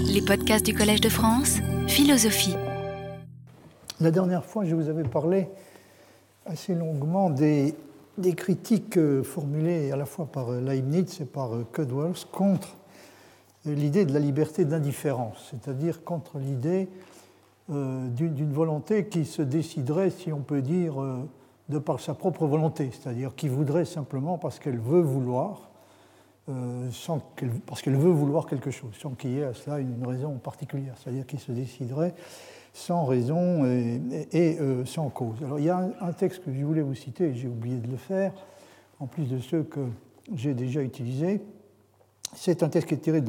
Les podcasts du Collège de France, philosophie. La dernière fois, je vous avais parlé assez longuement des critiques formulées à la fois par Leibniz et par Cudworth contre l'idée de la liberté d'indifférence, c'est-à-dire contre l'idée d'une volonté qui se déciderait, si on peut dire, de par sa propre volonté, c'est-à-dire qui voudrait simplement parce qu'elle veut vouloir, parce qu'elle veut vouloir quelque chose, sans qu'il y ait à cela une raison particulière, c'est-à-dire qui se déciderait sans raison et sans cause. Alors il y a un texte que je voulais vous citer, et j'ai oublié de le faire, en plus de ceux que j'ai déjà utilisés. C'est un texte qui est tiré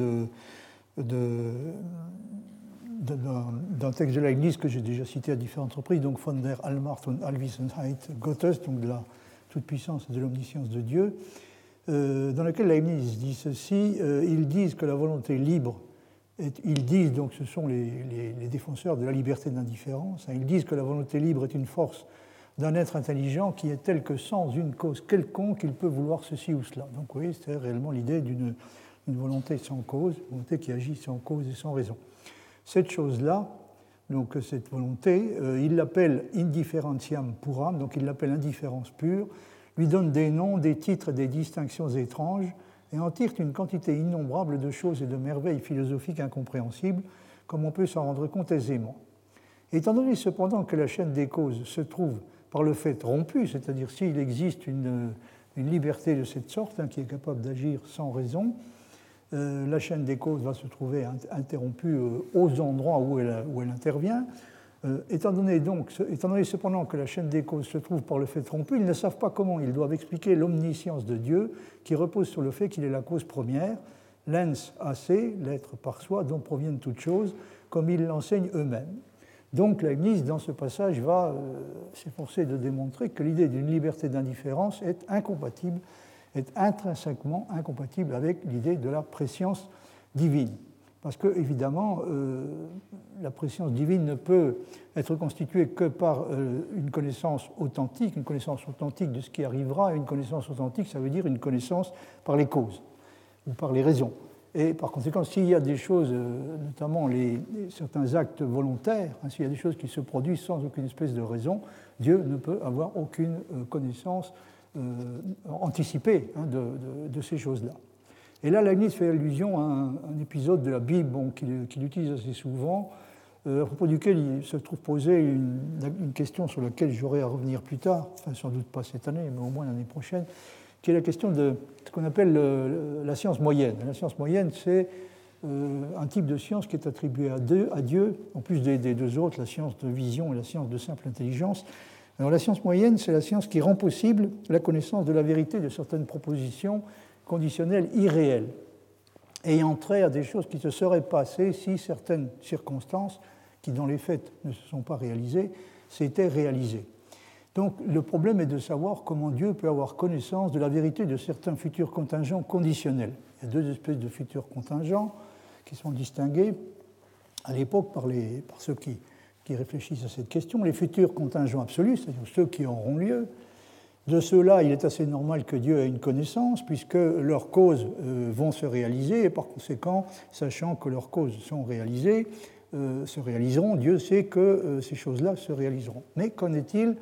d'un texte de Leibniz que j'ai déjà cité à différentes reprises, donc von der Allmacht und Allwissenheit Gottes, donc de la toute-puissance et de l'omniscience de Dieu, dans lequel Leibniz dit ceci: ils disent que la volonté libre, ils disent, donc ce sont les défenseurs de la liberté d'indifférence, ils disent que la volonté libre est une force d'un être intelligent qui est tel que sans une cause quelconque, il peut vouloir ceci ou cela. Donc oui, c'est réellement l'idée d'une volonté sans cause, une volonté qui agit sans cause et sans raison. Cette chose-là, donc cette volonté, il l'appelle indifferentiam puram, donc il l'appelle indifférence pure, lui donne des noms, des titres, des distinctions étranges, et en tire une quantité innombrable de choses et de merveilles philosophiques incompréhensibles, comme on peut s'en rendre compte aisément. Étant donné cependant que la chaîne des causes se trouve par le fait rompue, c'est-à-dire s'il existe une liberté de cette sorte, qui est capable d'agir sans raison, la chaîne des causes va se trouver interrompue aux endroits où elle intervient. Étant donné cependant que la chaîne des causes se trouve par le fait rompu, ils ne savent pas comment ils doivent expliquer l'omniscience de Dieu qui repose sur le fait qu'il est la cause première, l'ens ac, l'être par soi, dont proviennent toutes choses, comme ils l'enseignent eux-mêmes. Donc Leibniz, dans ce passage, va s'efforcer de démontrer que l'idée d'une liberté d'indifférence est intrinsèquement incompatible avec l'idée de la préscience divine. Parce que, évidemment, la préscience divine ne peut être constituée que par une connaissance authentique de ce qui arrivera. Et une connaissance authentique, ça veut dire une connaissance par les causes ou par les raisons. Et par conséquent, s'il y a des choses, notamment certains actes volontaires, s'il y a des choses qui se produisent sans aucune espèce de raison, Dieu ne peut avoir aucune connaissance anticipée de ces choses-là. Et là, Leibniz fait allusion à un épisode de la Bible qu'il utilise assez souvent, à propos duquel il se trouve posé une question sur laquelle j'aurai à revenir plus tard, enfin sans doute pas cette année, mais au moins l'année prochaine, qui est la question de ce qu'on appelle la science moyenne. La science moyenne, c'est un type de science qui est attribué à Dieu, en plus des deux autres, la science de vision et la science de simple intelligence. Alors la science moyenne, c'est la science qui rend possible la connaissance de la vérité de certaines propositions conditionnelles irréelles, ayant trait à des choses qui se seraient passées si certaines circonstances, qui dans les faits ne se sont pas réalisées, s'étaient réalisées. Donc le problème est de savoir comment Dieu peut avoir connaissance de la vérité de certains futurs contingents conditionnels. Il y a deux espèces de futurs contingents qui sont distingués à l'époque par ceux qui réfléchissent à cette question. Les futurs contingents absolus, c'est-à-dire ceux qui auront lieu. De ceux-là, il est assez normal que Dieu ait une connaissance, puisque leurs causes vont se réaliser, et par conséquent, sachant que leurs causes sont réalisées, se réaliseront, Dieu sait que ces choses-là se réaliseront. Mais qu'en est-il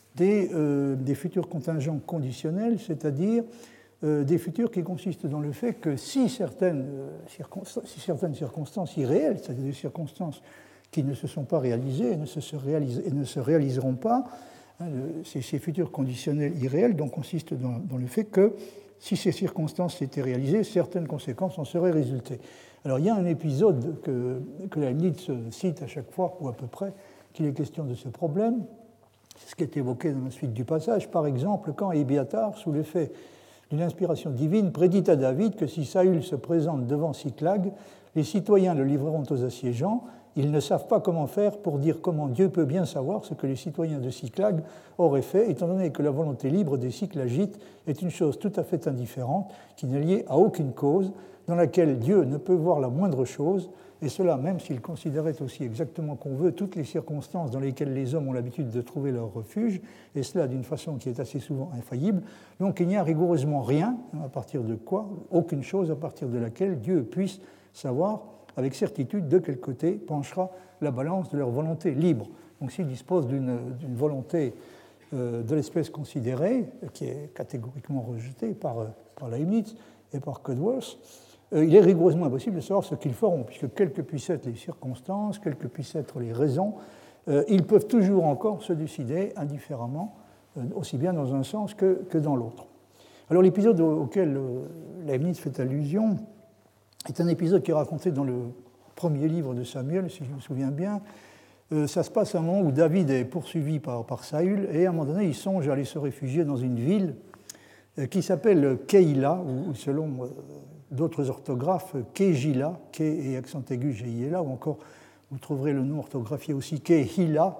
des futurs contingents conditionnels, c'est-à-dire des futurs qui consistent dans le fait que si certaines circonstances irréelles, c'est-à-dire des circonstances qui ne se sont pas réalisées et ne se réaliseront pas, ces futurs conditionnels irréels donc, consistent dans le fait que si ces circonstances étaient réalisées, certaines conséquences en seraient résultées. Alors il y a un épisode que Leibniz cite à chaque fois, ou à peu près, qu'il est question de ce problème. C'est ce qui est évoqué dans la suite du passage. Par exemple, quand Ébiatar, sous l'effet d'une inspiration divine, prédit à David que si Saül se présente devant Cyclag, les citoyens le livreront aux assiégeants. Ils ne savent pas comment faire pour dire comment Dieu peut bien savoir ce que les citoyens de Cyclag auraient fait, étant donné que la volonté libre des Cyclagites est une chose tout à fait indifférente, qui n'est liée à aucune cause, dans laquelle Dieu ne peut voir la moindre chose, et cela même s'il considérait aussi exactement qu'on veut toutes les circonstances dans lesquelles les hommes ont l'habitude de trouver leur refuge, et cela d'une façon qui est assez souvent infaillible. Donc il n'y a rigoureusement rien, à partir de quoi, aucune chose à partir de laquelle Dieu puisse savoir avec certitude de quel côté penchera la balance de leur volonté libre. Donc s'ils disposent d'une volonté de l'espèce considérée, qui est catégoriquement rejetée par Leibniz et par Cudworth, il est rigoureusement impossible de savoir ce qu'ils feront, puisque quelles que puissent être les circonstances, quelles que puissent être les raisons, ils peuvent toujours encore se décider indifféremment, aussi bien dans un sens que dans l'autre. Alors l'épisode auquel Leibniz fait allusion est un épisode qui est raconté dans le premier livre de Samuel, si je me souviens bien. Ça se passe à un moment où David est poursuivi par Saül, et à un moment donné, il songe à aller se réfugier dans une ville qui s'appelle Keïla, ou selon d'autres orthographes, Kejila, K et accent aigu G-I-L-A, ou encore vous trouverez le nom orthographié aussi Kehila,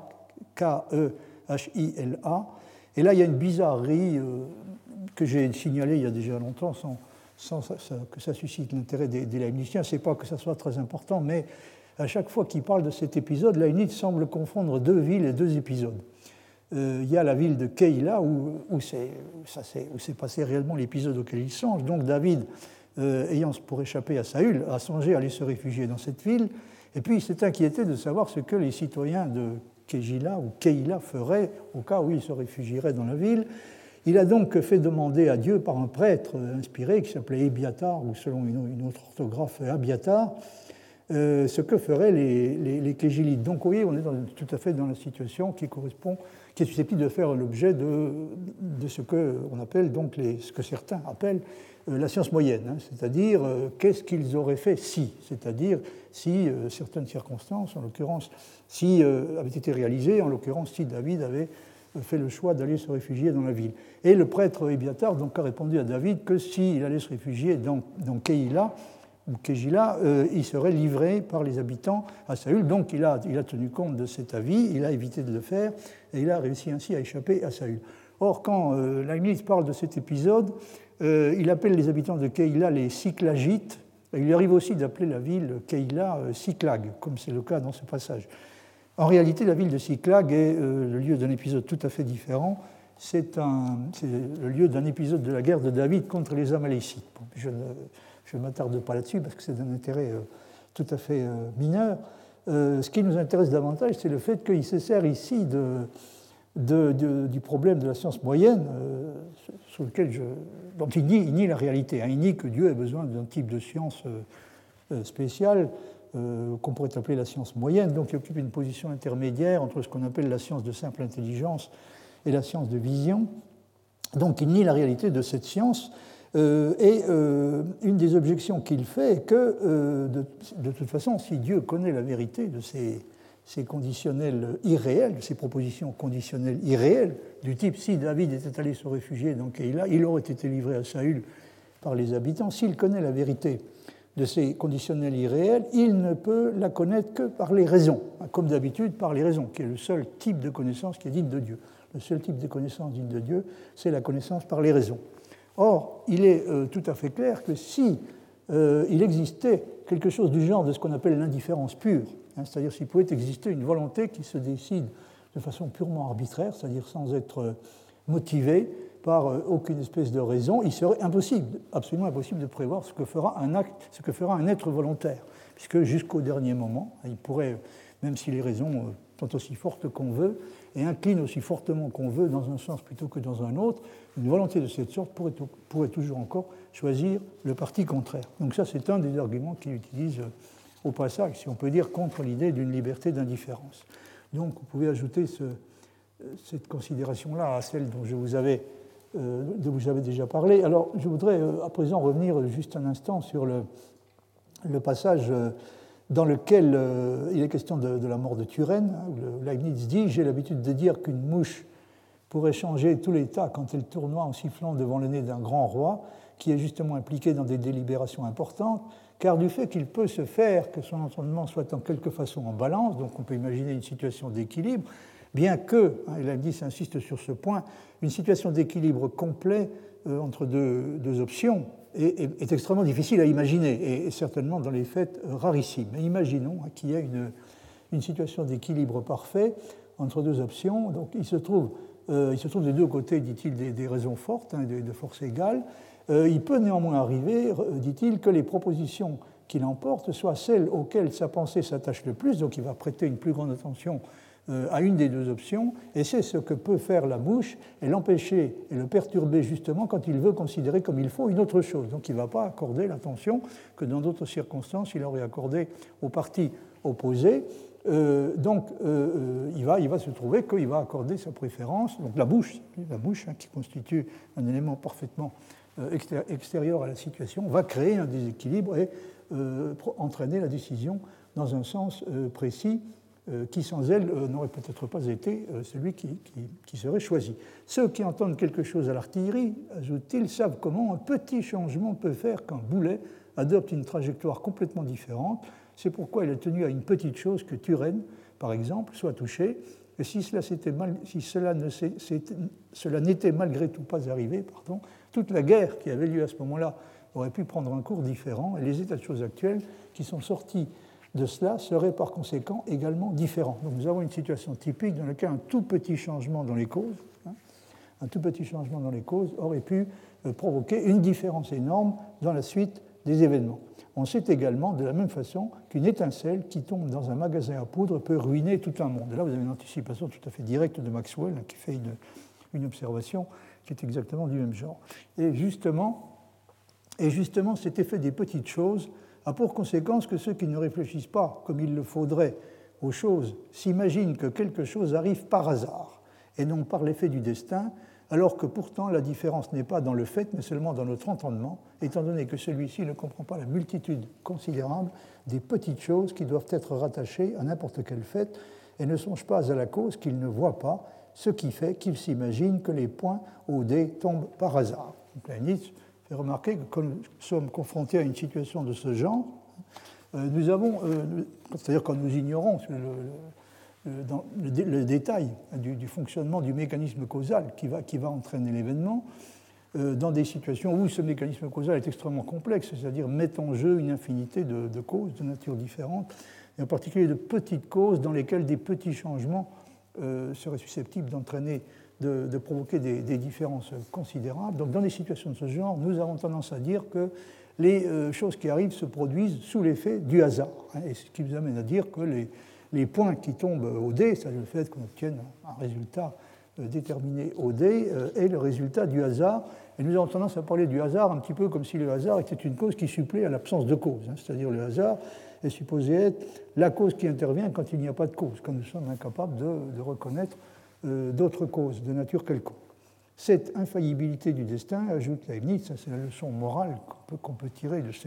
K-E-H-I-L-A. Et là, il y a une bizarrerie que j'ai signalée il y a déjà longtemps, sans que ça suscite l'intérêt des Leibniziens. Ce n'est pas que ça soit très important, mais à chaque fois qu'il parle de cet épisode, Leibniz semble confondre deux villes et deux épisodes. Il y a la ville de Keïla, où s'est passé réellement l'épisode auquel il songe. Donc David, ayant pour échapper à Saül, a songé à aller se réfugier dans cette ville, et puis il s'est inquiété de savoir ce que les citoyens de Kejila ou Keïla feraient au cas où ils se réfugieraient dans la ville. Il a donc fait demander à Dieu par un prêtre inspiré qui s'appelait Ébiatar, ou selon une autre orthographe Abiatar, ce que feraient les Kejilites. Donc, vous voyez, on est tout à fait dans la situation qui est susceptible de faire l'objet de ce qu'on appelle, donc ce que certains appellent la science moyenne, hein, c'est-à-dire qu'est-ce qu'ils auraient fait si, c'est-à-dire si certaines circonstances, en l'occurrence, avaient été réalisées, en l'occurrence, si David avait fait le choix d'aller se réfugier dans la ville. Et le prêtre Ébiatar donc, a répondu à David que s'il allait se réfugier dans Keïla, ou Kejila, il serait livré par les habitants à Saül. Donc il a tenu compte de cet avis, il a évité de le faire, et il a réussi ainsi à échapper à Saül. Or, quand Leibniz parle de cet épisode, il appelle les habitants de Keïla les Cyclagites. Il lui arrive aussi d'appeler la ville Keïla Cyclag, comme c'est le cas dans ce passage. En réalité, la ville de Cyclag est le lieu d'un épisode tout à fait différent. C'est le lieu d'un épisode de la guerre de David contre les Amalécites. Bon, je ne m'attarde pas là-dessus parce que c'est d'un intérêt tout à fait mineur. Ce qui nous intéresse davantage, c'est le fait qu'il se sert ici du problème de la science moyenne, sur lequel dont il nie la réalité. Il nie que Dieu ait besoin d'un type de science spéciale qu'on pourrait appeler la science moyenne. Donc il occupe une position intermédiaire entre ce qu'on appelle la science de simple intelligence et la science de vision. Donc il nie la réalité de cette science. Et une des objections qu'il fait est que, de toute façon, si Dieu connaît la vérité de ces conditionnels irréels, de ces propositions conditionnelles irréelles, du type si David était allé se réfugier dans Keïla, il aurait été livré à Saül par les habitants. S'il connaît la vérité de ces conditionnels irréels, il ne peut la connaître que par les raisons, comme d'habitude par les raisons, qui est le seul type de connaissance qui est digne de Dieu. Le seul type de connaissance digne de Dieu, c'est la connaissance par les raisons. Or, il est tout à fait clair que si il existait quelque chose du genre de ce qu'on appelle l'indifférence pure, hein, c'est-à-dire s'il pouvait exister une volonté qui se décide de façon purement arbitraire, c'est-à-dire sans être motivée par aucune espèce de raison, il serait impossible, absolument impossible de prévoir ce que fera un être volontaire, puisque jusqu'au dernier moment, il pourrait, même si les raisons sont aussi fortes qu'on veut, et inclinent aussi fortement qu'on veut dans un sens plutôt que dans un autre, une volonté de cette sorte pourrait toujours encore choisir le parti contraire. Donc ça, c'est un des arguments qu'il utilise au passage, si on peut dire, contre l'idée d'une liberté d'indifférence. Donc vous pouvez ajouter cette considération-là à celle dont vous avez déjà parlé. Alors je voudrais à présent revenir juste un instant sur le passage dans lequel il est question de la mort de Turenne, où Leibniz dit « J'ai l'habitude de dire qu'une mouche pourrait changer tout l'État quand elle tournoie en sifflant devant le nez d'un grand roi, qui est justement impliqué dans des délibérations importantes, car du fait qu'il peut se faire que son entendement soit en quelque façon en balance, donc on peut imaginer une situation d'équilibre, bien que, et Leibniz insiste sur ce point, une situation d'équilibre complet entre deux options est extrêmement difficile à imaginer et certainement dans les faits rarissime. Mais imaginons qu'il y ait une situation d'équilibre parfait entre deux options. Donc il se trouve des deux côtés, dit-il, des raisons fortes, de force égale. Il peut néanmoins arriver, dit-il, que les propositions qui l'emportent, soit celles auxquelles sa pensée s'attache le plus, donc il va prêter une plus grande attention à une des deux options, et c'est ce que peut faire la bouche, et l'empêcher et le perturber justement quand il veut considérer comme il faut une autre chose. Donc il ne va pas accorder l'attention que dans d'autres circonstances il aurait accordé aux parties opposées. Il va se trouver qu'il va accorder sa préférence, donc la bouche qui constitue un élément parfaitement extérieur à la situation, va créer un déséquilibre et entraîner la décision dans un sens précis qui sans elle n'aurait peut-être pas été celui qui serait choisi. Ceux qui entendent quelque chose à l'artillerie, ajoute-t-il, savent comment un petit changement peut faire qu'un boulet adopte une trajectoire complètement différente. C'est pourquoi il est tenu à une petite chose que Turenne, par exemple, soit touché. Et si cela n'était malgré tout pas arrivé, toute la guerre qui avait lieu à ce moment-là aurait pu prendre un cours différent, et les états de choses actuels qui sont sortis de cela seraient par conséquent également différents. Donc nous avons une situation typique dans laquelle un tout petit changement dans les causes, aurait pu provoquer une différence énorme dans la suite des événements. On sait également, de la même façon, qu'une étincelle qui tombe dans un magasin à poudre peut ruiner tout un monde. Et là, vous avez une anticipation tout à fait directe de Maxwell, qui fait une observation qui est exactement du même genre. Et justement, cet effet des petites choses a pour conséquence que ceux qui ne réfléchissent pas comme il le faudrait aux choses s'imaginent que quelque chose arrive par hasard et non par l'effet du destin, alors que pourtant la différence n'est pas dans le fait, mais seulement dans notre entendement, étant donné que celui-ci ne comprend pas la multitude considérable des petites choses qui doivent être rattachées à n'importe quel fait et ne songe pas à la cause qu'il ne voit pas, ce qui fait qu'il s'imagine que les points au dé tombent par hasard. Donc Leibniz fait remarquer que quand nous sommes confrontés à une situation de ce genre, nous avons, c'est-à-dire quand nous ignorons le détail du fonctionnement du mécanisme causal qui va entraîner l'événement, dans des situations où ce mécanisme causal est extrêmement complexe, c'est-à-dire met en jeu une infinité de causes de nature différente, et en particulier de petites causes dans lesquelles des petits changements seraient susceptibles d'entraîner, de provoquer des différences considérables. Donc dans des situations de ce genre, nous avons tendance à dire que les choses qui arrivent se produisent sous l'effet du hasard, et ce qui nous amène à dire que les points qui tombent au dé, c'est le fait qu'on obtienne un résultat déterminé au dé, est le résultat du hasard. Et nous avons tendance à parler du hasard un petit peu comme si le hasard était une cause qui supplée à l'absence de cause. C'est-à-dire le hasard est supposé être la cause qui intervient quand il n'y a pas de cause, quand nous sommes incapables de reconnaître d'autres causes de nature quelconque. Cette infaillibilité du destin, ajoute Leibniz, ça c'est la leçon morale qu'on peut tirer de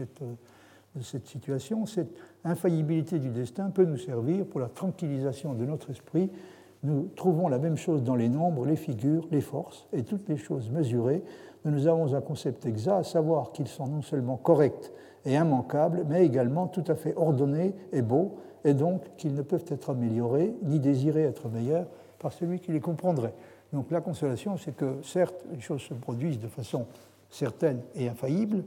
cette situation, cette infaillibilité du destin peut nous servir pour la tranquillisation de notre esprit. Nous trouvons la même chose dans les nombres, les figures, les forces et toutes les choses mesurées. Nous avons un concept exact, à savoir qu'ils sont non seulement corrects et immanquables, mais également tout à fait ordonnés et beaux, et donc qu'ils ne peuvent être améliorés ni désirés être meilleurs par celui qui les comprendrait. Donc la consolation, c'est que certes, les choses se produisent de façon certaine et infaillible,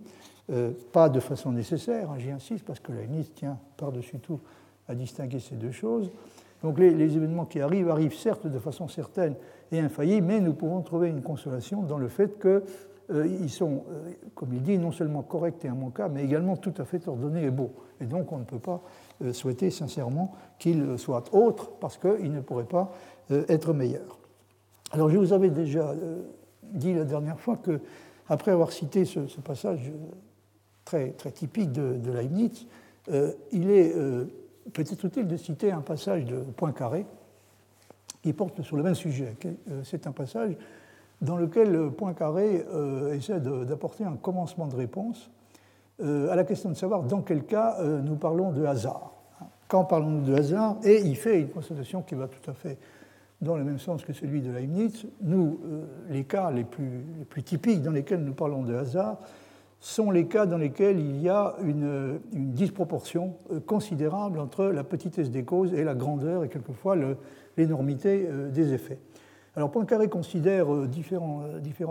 pas de façon nécessaire, j'y insiste, parce que Leibniz tient par-dessus tout à distinguer ces deux choses. Donc les événements qui arrivent certes de façon certaine et infaillible, mais nous pouvons trouver une consolation dans le fait qu'ils sont, comme il dit, non seulement corrects et immanquables, mais également tout à fait ordonnés et beaux. Et donc on ne peut pas souhaiter sincèrement qu'ils soient autres, parce qu'ils ne pourraient pas être meilleurs. Alors je vous avais déjà dit la dernière fois que, après avoir cité ce passage très, très typique de Leibniz, il est peut-être utile de citer un passage de Poincaré qui porte sur le même sujet. C'est un passage dans lequel Poincaré essaie d'apporter un commencement de réponse à la question de savoir dans quel cas nous parlons de hasard. Quand parlons-nous de hasard? Et il fait une constatation qui va tout à fait dans le même sens que celui de Leibniz. Nous, les cas les plus typiques dans lesquels nous parlons de hasard sont les cas dans lesquels il y a une disproportion considérable entre la petitesse des causes et la grandeur et quelquefois l'énormité des effets. Alors Poincaré considère différents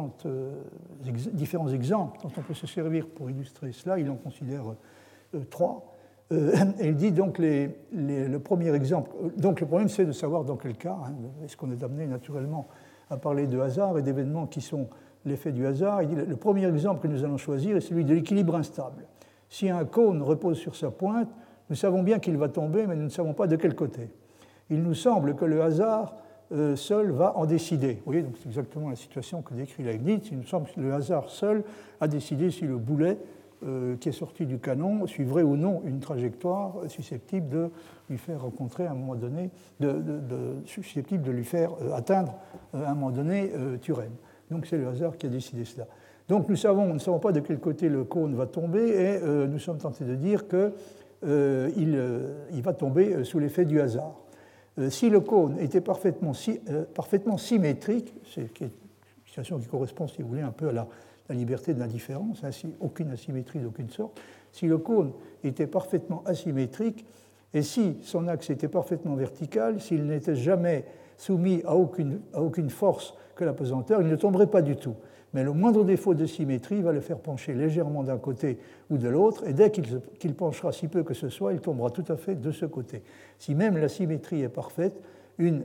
exemples dont on peut se servir pour illustrer cela. Il en considère trois. Et il dit donc le premier exemple. Donc le problème c'est de savoir dans quel cas, est-ce qu'on est amené naturellement à parler de hasard et d'événements qui sont l'effet du hasard. Il dit le premier exemple que nous allons choisir est celui de l'équilibre instable. Si un cône repose sur sa pointe, nous savons bien qu'il va tomber, mais nous ne savons pas de quel côté. Il nous semble que le hasard seul va en décider. Vous voyez, donc c'est exactement la situation que décrit Leibniz. Il nous semble que le hasard seul a décidé si le boulet qui est sorti du canon suivrait ou non une trajectoire susceptible de lui faire rencontrer à un moment donné, susceptible de lui faire atteindre à un moment donné Turenne. Donc c'est le hasard qui a décidé cela. Donc nous ne savons pas de quel côté le cône va tomber et nous sommes tentés de dire qu'il va tomber sous l'effet du hasard. Si le cône était parfaitement symétrique, c'est une situation qui correspond, si vous voulez, un peu à la liberté de l'indifférence, hein, aucune asymétrie d'aucune sorte, si le cône était parfaitement asymétrique et si son axe était parfaitement vertical, s'il n'était jamais soumis à aucune force que la pesanteur, il ne tomberait pas du tout. Mais le moindre défaut de symétrie va le faire pencher légèrement d'un côté ou de l'autre, et dès qu'il penchera si peu que ce soit, il tombera tout à fait de ce côté. Si même la symétrie est parfaite, une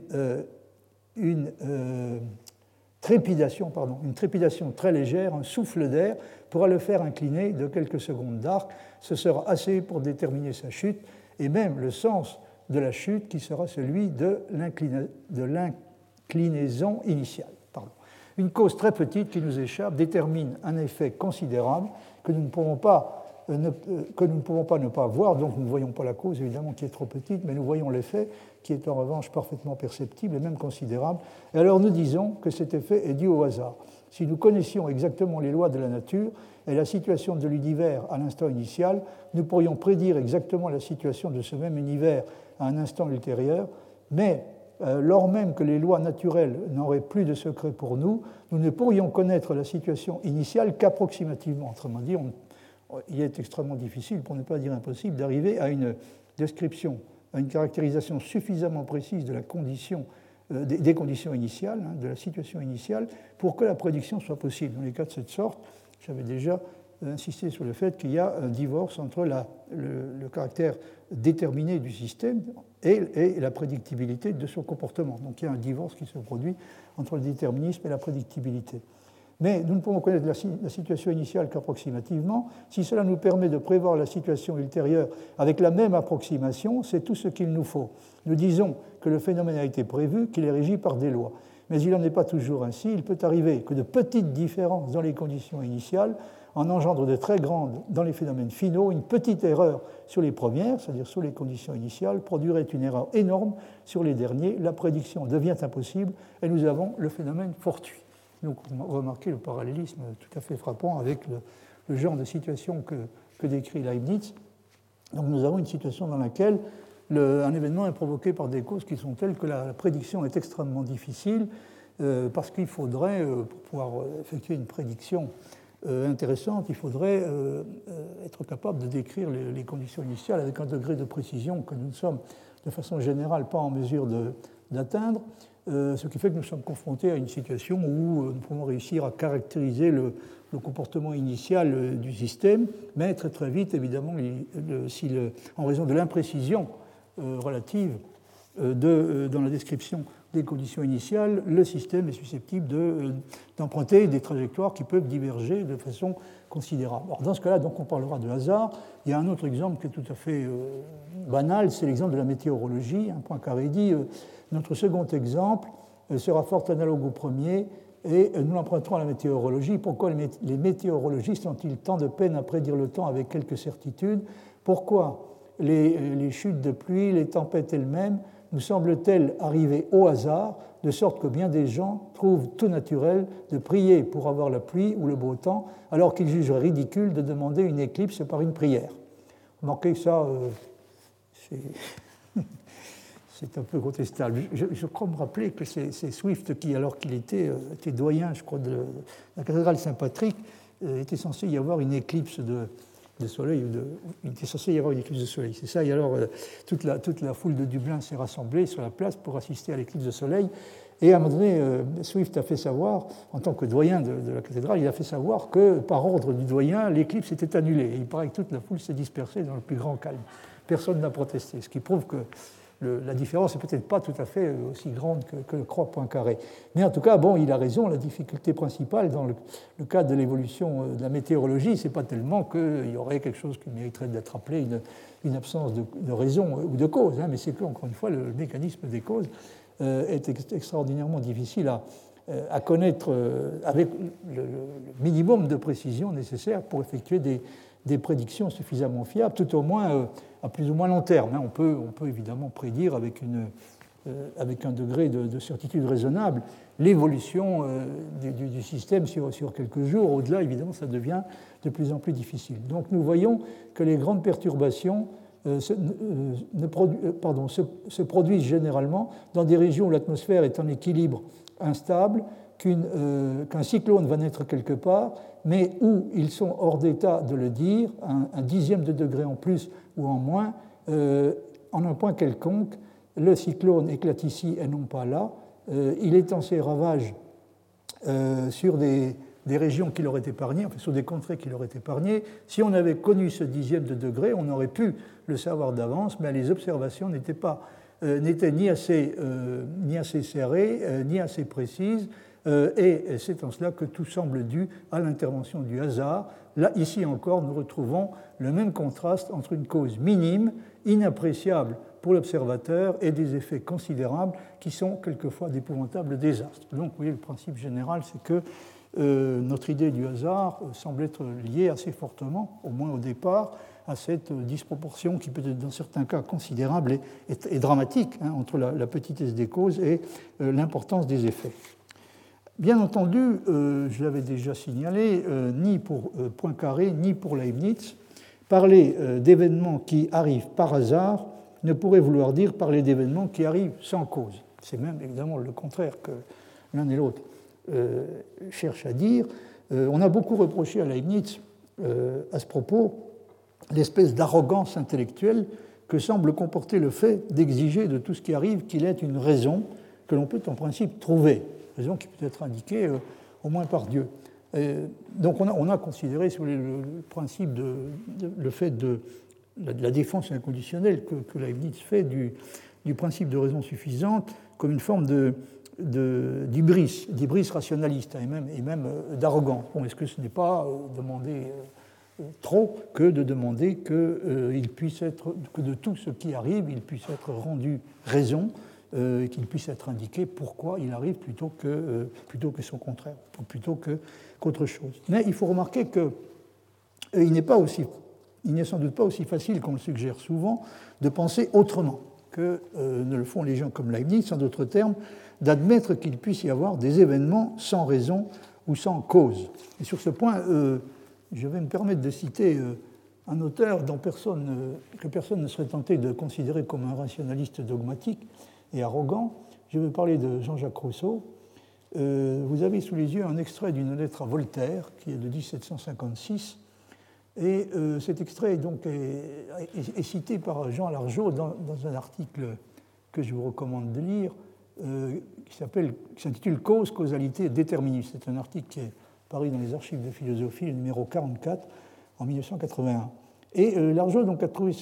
trépidation très légère, un souffle d'air, pourra le faire incliner de quelques secondes d'arc. Ce sera assez pour déterminer sa chute, et même le sens de la chute qui sera celui de l'inclinaison initiale. Une cause très petite qui nous échappe détermine un effet considérable que nous ne pouvons pas ne pas voir, donc nous ne voyons pas la cause évidemment qui est trop petite, mais nous voyons l'effet qui est en revanche parfaitement perceptible et même considérable. Et alors nous disons que cet effet est dû au hasard. Si nous connaissions exactement les lois de la nature et la situation de l'univers à l'instant initial, nous pourrions prédire exactement la situation de ce même univers à un instant ultérieur, mais lors même que les lois naturelles n'auraient plus de secret pour nous, nous ne pourrions connaître la situation initiale qu'approximativement. Autrement dit, il est extrêmement difficile, pour ne pas dire impossible, d'arriver à une description, à une caractérisation suffisamment précise de la condition, des conditions initiales, hein, de la situation initiale, pour que la prédiction soit possible. Dans les cas de cette sorte, j'avais déjà insisté sur le fait qu'il y a un divorce entre le caractère déterminé du système et la prédictibilité de son comportement. Donc il y a un divorce qui se produit entre le déterminisme et la prédictibilité. Mais nous ne pouvons connaître la situation initiale qu'approximativement. Si cela nous permet de prévoir la situation ultérieure avec la même approximation, c'est tout ce qu'il nous faut. Nous disons que le phénomène a été prévu, qu'il est régi par des lois. Mais il n'en est pas toujours ainsi. Il peut arriver que de petites différences dans les conditions initiales en engendrent de très grandes dans les phénomènes finaux. Une petite erreur sur les premières, c'est-à-dire sur les conditions initiales, produirait une erreur énorme sur les derniers. La prédiction devient impossible et nous avons le phénomène fortuit. Donc, remarquez le parallélisme tout à fait frappant avec le genre de situation que décrit Leibniz. Donc, nous avons une situation dans laquelle un événement est provoqué par des causes qui sont telles que la prédiction est extrêmement difficile parce qu'il faudrait, pour pouvoir effectuer une prédiction intéressante, il faudrait être capable de décrire les conditions initiales avec un degré de précision que nous ne sommes de façon générale pas en mesure d'atteindre, ce qui fait que nous sommes confrontés à une situation où nous pouvons réussir à caractériser le comportement initial du système, mais très très vite, évidemment, en raison de l'imprécision relative dans la description des conditions initiales, le système est susceptible d'emprunter des trajectoires qui peuvent diverger de façon considérable. Alors, dans ce cas-là, donc, on parlera de hasard. Il y a un autre exemple qui est tout à fait banal, c'est l'exemple de la météorologie. Poincaré dit notre second exemple sera fort analogue au premier et nous l'emprunterons à la météorologie. Pourquoi les météorologistes ont-ils tant de peine à prédire le temps avec quelque certitude? Pourquoi les chutes de pluie, les tempêtes elles-mêmes nous semble-t-elle arriver au hasard, de sorte que bien des gens trouvent tout naturel de prier pour avoir la pluie ou le beau temps, alors qu'ils jugeraient ridicule de demander une éclipse par une prière. Remarquez que ça, c'est un peu contestable. Je crois me rappeler que c'est Swift qui, alors qu'il était doyen, je crois, de la cathédrale Saint-Patrick, était censé y avoir une éclipse de soleil, il était censé y avoir une éclipse de soleil. C'est ça, et alors toute la foule de Dublin s'est rassemblée sur la place pour assister à l'éclipse de soleil. Et à un moment donné, Swift a fait savoir, en tant que doyen de la cathédrale, il a fait savoir que, par ordre du doyen, l'éclipse était annulée. Et il paraît que toute la foule s'est dispersée dans le plus grand calme. Personne n'a protesté, ce qui prouve que la différence n'est peut-être pas tout à fait aussi grande que le croix Poincaré. Mais en tout cas, bon, il a raison, la difficulté principale dans le cadre de l'évolution de la météorologie, ce n'est pas tellement qu'il y aurait quelque chose qui mériterait d'être appelé une absence de raison ou de cause, hein, mais c'est qu'encore une fois, le mécanisme des causes est extraordinairement difficile à connaître avec le minimum de précision nécessaire pour effectuer des prédictions suffisamment fiables, tout au moins à plus ou moins long terme. On peut évidemment prédire avec un degré de certitude raisonnable l'évolution du système sur quelques jours. Au-delà, évidemment, ça devient de plus en plus difficile. Donc nous voyons que les grandes perturbations se produisent généralement dans des régions où l'atmosphère est en équilibre instable, qu'un cyclone va naître quelque part, mais où ils sont hors d'état de le dire, un dixième de degré en plus ou en moins, en un point quelconque, le cyclone éclate ici et non pas là, il étend ses ravages sur des régions qui l'auraient épargné, enfin sur des contrées qui l'auraient épargné. Si on avait connu ce dixième de degré, on aurait pu le savoir d'avance, mais les observations n'étaient ni assez serrées, ni assez précises, et c'est en cela que tout semble dû à l'intervention du hasard. Là, ici encore, nous retrouvons le même contraste entre une cause minime, inappréciable pour l'observateur, et des effets considérables qui sont quelquefois d'épouvantables désastres. Donc, vous voyez, le principe général, c'est que notre idée du hasard semble être liée assez fortement, au moins au départ, à cette disproportion qui peut être dans certains cas considérable et dramatique, hein, entre la petitesse des causes et l'importance des effets. Bien entendu, je l'avais déjà signalé, ni pour Poincaré ni pour Leibniz, parler d'événements qui arrivent par hasard ne pourrait vouloir dire parler d'événements qui arrivent sans cause. C'est même évidemment le contraire que l'un et l'autre cherchent à dire. On a beaucoup reproché à Leibniz à ce propos l'espèce d'arrogance intellectuelle que semble comporter le fait d'exiger de tout ce qui arrive qu'il ait une raison que l'on peut en principe trouver, raison qui peut être indiquée au moins par Dieu. Donc on a considéré sur le principe le fait de la défense inconditionnelle que Leibniz fait du principe de raison suffisante comme une forme d'hybris rationaliste et même d'arrogance. Bon, est-ce que ce n'est pas demander trop que de demander qu'il puisse être, que de tout ce qui arrive, il puisse être rendu raison, qu'il puisse être indiqué pourquoi il arrive plutôt que son contraire, plutôt qu'autre chose. Mais il faut remarquer qu'il n'est sans doute pas aussi facile qu'on le suggère souvent de penser autrement que ne le font les gens comme Leibniz, en d'autres termes, d'admettre qu'il puisse y avoir des événements sans raison ou sans cause. Et sur ce point, je vais me permettre de citer un auteur que personne ne serait tenté de considérer comme un rationaliste dogmatique et arrogant. Je vais parler de Jean-Jacques Rousseau. Vous avez sous les yeux un extrait d'une lettre à Voltaire qui est de 1756. Et cet extrait donc, est cité par Jean Largeau dans un article que je vous recommande de lire, qui s'intitule « Cause, causalité et déterminisme ». C'est un article qui est paru dans les archives de philosophie, le numéro 44, en 1981. Et Largeau donc, a trouvé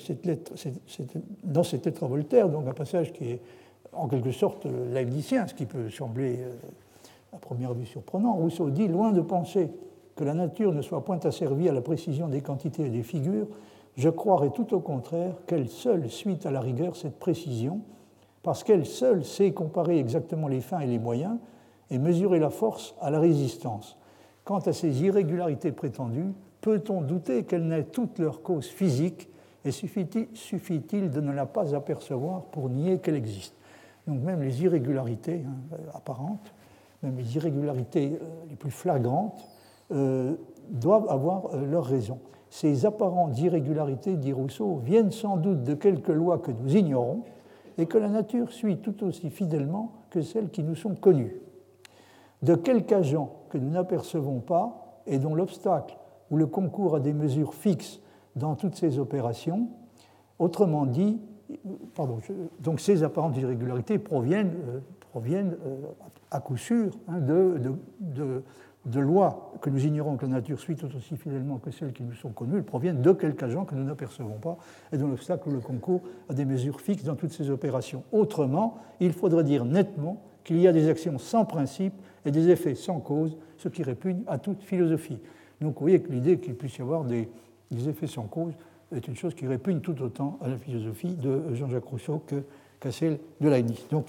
dans cette lettre à Voltaire donc, un passage qui est en quelque sorte leibnizien, ce qui peut sembler à première vue surprenant. Rousseau dit « Loin de penser que la nature ne soit point asservie à la précision des quantités et des figures, je croirais tout au contraire qu'elle seule suit à la rigueur cette précision, parce qu'elle seule sait comparer exactement les fins et les moyens et mesurer la force à la résistance. Quant à ces irrégularités prétendues, peut-on douter qu'elles n'aient toutes leurs causes physiques et suffit-il de ne la pas apercevoir pour nier qu'elle existe ?» Donc même les irrégularités apparentes, même les irrégularités les plus flagrantes, doivent avoir leur raison. Ces apparentes irrégularités, dit Rousseau, viennent sans doute de quelques lois que nous ignorons et que la nature suit tout aussi fidèlement que celles qui nous sont connues. De quelques agents que nous n'apercevons pas et dont l'obstacle ou le concours à des mesures fixes dans toutes ces opérations, autrement dit, donc ces apparentes irrégularités proviennent à coup sûr de lois que nous ignorons que la nature suit tout aussi fidèlement que celles qui nous sont connues, elles proviennent de quelque agent que nous n'apercevons pas et dont l'obstacle ou le concours a des mesures fixes dans toutes ces opérations. Autrement, il faudrait dire nettement qu'il y a des actions sans principe et des effets sans cause, ce qui répugne à toute philosophie. Donc vous voyez que l'idée qu'il puisse y avoir des effets sans cause est une chose qui répugne tout autant à la philosophie de Jean-Jacques Rousseau qu'à celle de Leibniz. Donc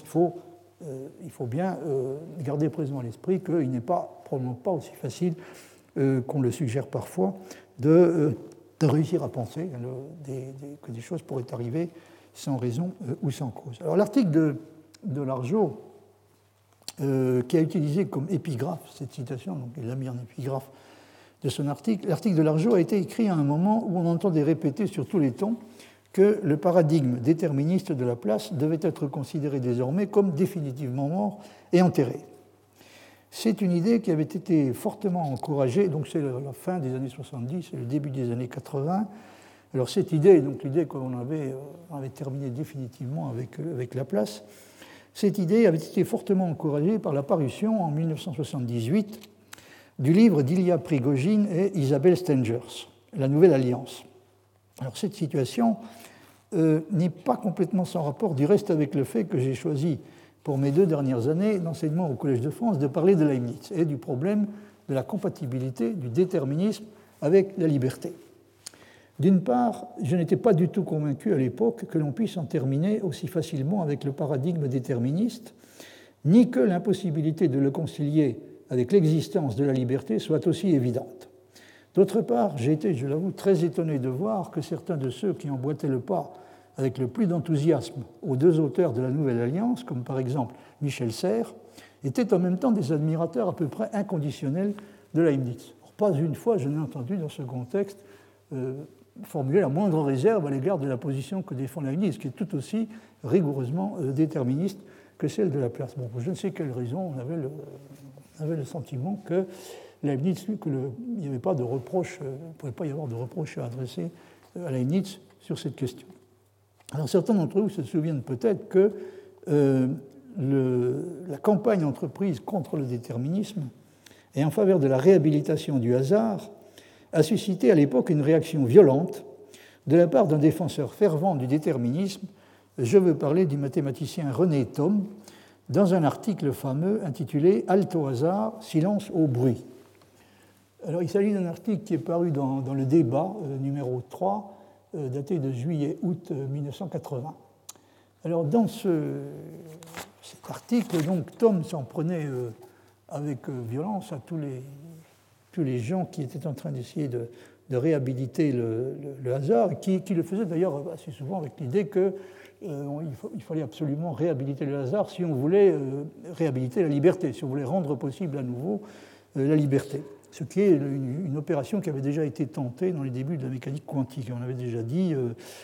il faut bien garder présent à l'esprit qu'il n'est probablement pas aussi facile qu'on le suggère parfois de réussir à penser que des choses pourraient arriver sans raison ou sans cause. Alors l'article de Largeau, qui a utilisé comme épigraphe cette citation, donc il l'a mis en épigraphe de son article, l'article de Largeau a été écrit à un moment où on entendait répéter sur tous les tons que le paradigme déterministe de Laplace devait être considéré désormais comme définitivement mort et enterré. C'est une idée qui avait été fortement encouragée, donc c'est la fin des années 70 et le début des années 80. Alors cette idée, donc l'idée qu'on avait terminé définitivement avec Laplace, cette idée avait été fortement encouragée par la parution en 1978 du livre d'Ilya Prigogine et Isabelle Stengers, La Nouvelle Alliance. Alors cette situation n'est pas complètement sans rapport du reste avec le fait que j'ai choisi pour mes 2 dernières années d'enseignement au Collège de France de parler de Leibniz et du problème de la compatibilité du déterminisme avec la liberté. D'une part, je n'étais pas du tout convaincu à l'époque que l'on puisse en terminer aussi facilement avec le paradigme déterministe, ni que l'impossibilité de le concilier avec l'existence de la liberté soit aussi évidente. D'autre part, j'ai été, je l'avoue, très étonné de voir que certains de ceux qui emboîtaient le pas avec le plus d'enthousiasme aux 2 auteurs de la Nouvelle Alliance, comme par exemple Michel Serres, étaient en même temps des admirateurs à peu près inconditionnels de Leibniz. Or, pas une fois je n'ai entendu dans ce contexte formuler la moindre réserve à l'égard de la position que défend Leibniz, qui est tout aussi rigoureusement déterministe que celle de Laplace. Bon, pour je ne sais quelle raison, on avait le sentiment que Leibniz, qu'il n'y avait pas de reproche, il ne pouvait pas y avoir de reproche à adresser à Leibniz sur cette question. Alors certains d'entre vous se souviennent peut-être que la campagne entreprise contre le déterminisme et en faveur de la réhabilitation du hasard a suscité à l'époque une réaction violente de la part d'un défenseur fervent du déterminisme. Je veux parler du mathématicien René Thom dans un article fameux intitulé « Halte au hasard, silence au bruit ». Alors, il s'agit d'un article qui est paru dans le débat numéro 3, daté de juillet-août 1980. Alors, dans cet article, donc, Thom s'en prenait avec violence à tous les gens qui étaient en train d'essayer de réhabiliter le hasard, qui le faisaient d'ailleurs assez souvent avec l'idée qu'il fallait absolument réhabiliter le hasard si on voulait réhabiliter la liberté, si on voulait rendre possible à nouveau la liberté. Ce qui est une opération qui avait déjà été tentée dans les débuts de la mécanique quantique. On avait déjà dit,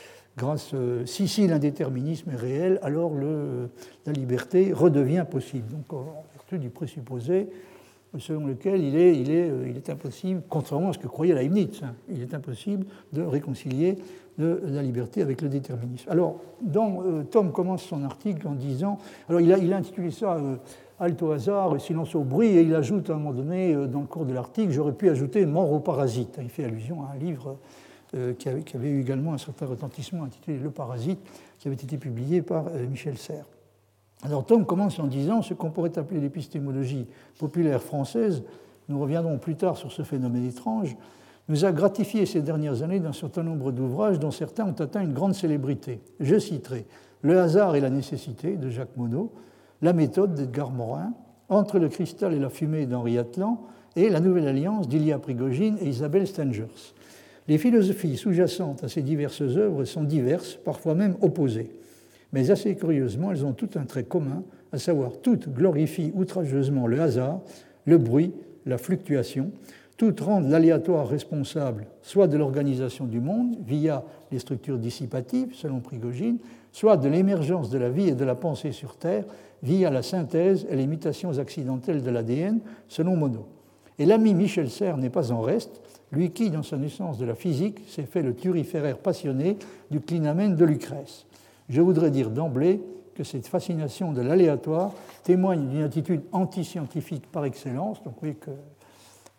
si l'indéterminisme est réel, alors la liberté redevient possible. Donc, en vertu du présupposé selon lequel il est impossible, contrairement à ce que croyait Leibniz, il est impossible de réconcilier la liberté avec le déterminisme. Alors, Thom commence son article en disant... Alors, il a intitulé ça Halte au hasard, silence au bruit, et il ajoute à un moment donné, dans le cours de l'article, j'aurais pu ajouter Mort aux parasites. Il fait allusion à un livre qui avait eu également un certain retentissement intitulé Le Parasite, qui avait été publié par Michel Serres. Alors Thom commence en disant ce qu'on pourrait appeler l'épistémologie populaire française, nous reviendrons plus tard sur ce phénomène étrange, nous a gratifié ces dernières années d'un certain nombre d'ouvrages dont certains ont atteint une grande célébrité. Je citerai Le hasard et la nécessité de Jacques Monod, La méthode d'Edgar Morin, Entre le cristal et la fumée d'Henri Atlan et La Nouvelle Alliance d'Ilya Prigogine et Isabelle Stengers. Les philosophies sous-jacentes à ces diverses œuvres sont diverses, parfois même opposées. Mais assez curieusement, elles ont toutes un trait commun, à savoir toutes glorifient outrageusement le hasard, le bruit, la fluctuation, toutes rendent l'aléatoire responsable soit de l'organisation du monde via les structures dissipatives, selon Prigogine, soit de l'émergence de la vie et de la pensée sur Terre via la synthèse et les mutations accidentelles de l'ADN, selon Monod. Et l'ami Michel Serres n'est pas en reste, lui qui, dans sa naissance de la physique, s'est fait le thuriféraire passionné du clinamen de Lucrèce. Je voudrais dire d'emblée que cette fascination de l'aléatoire témoigne d'une attitude antiscientifique par excellence. Donc vous voyez que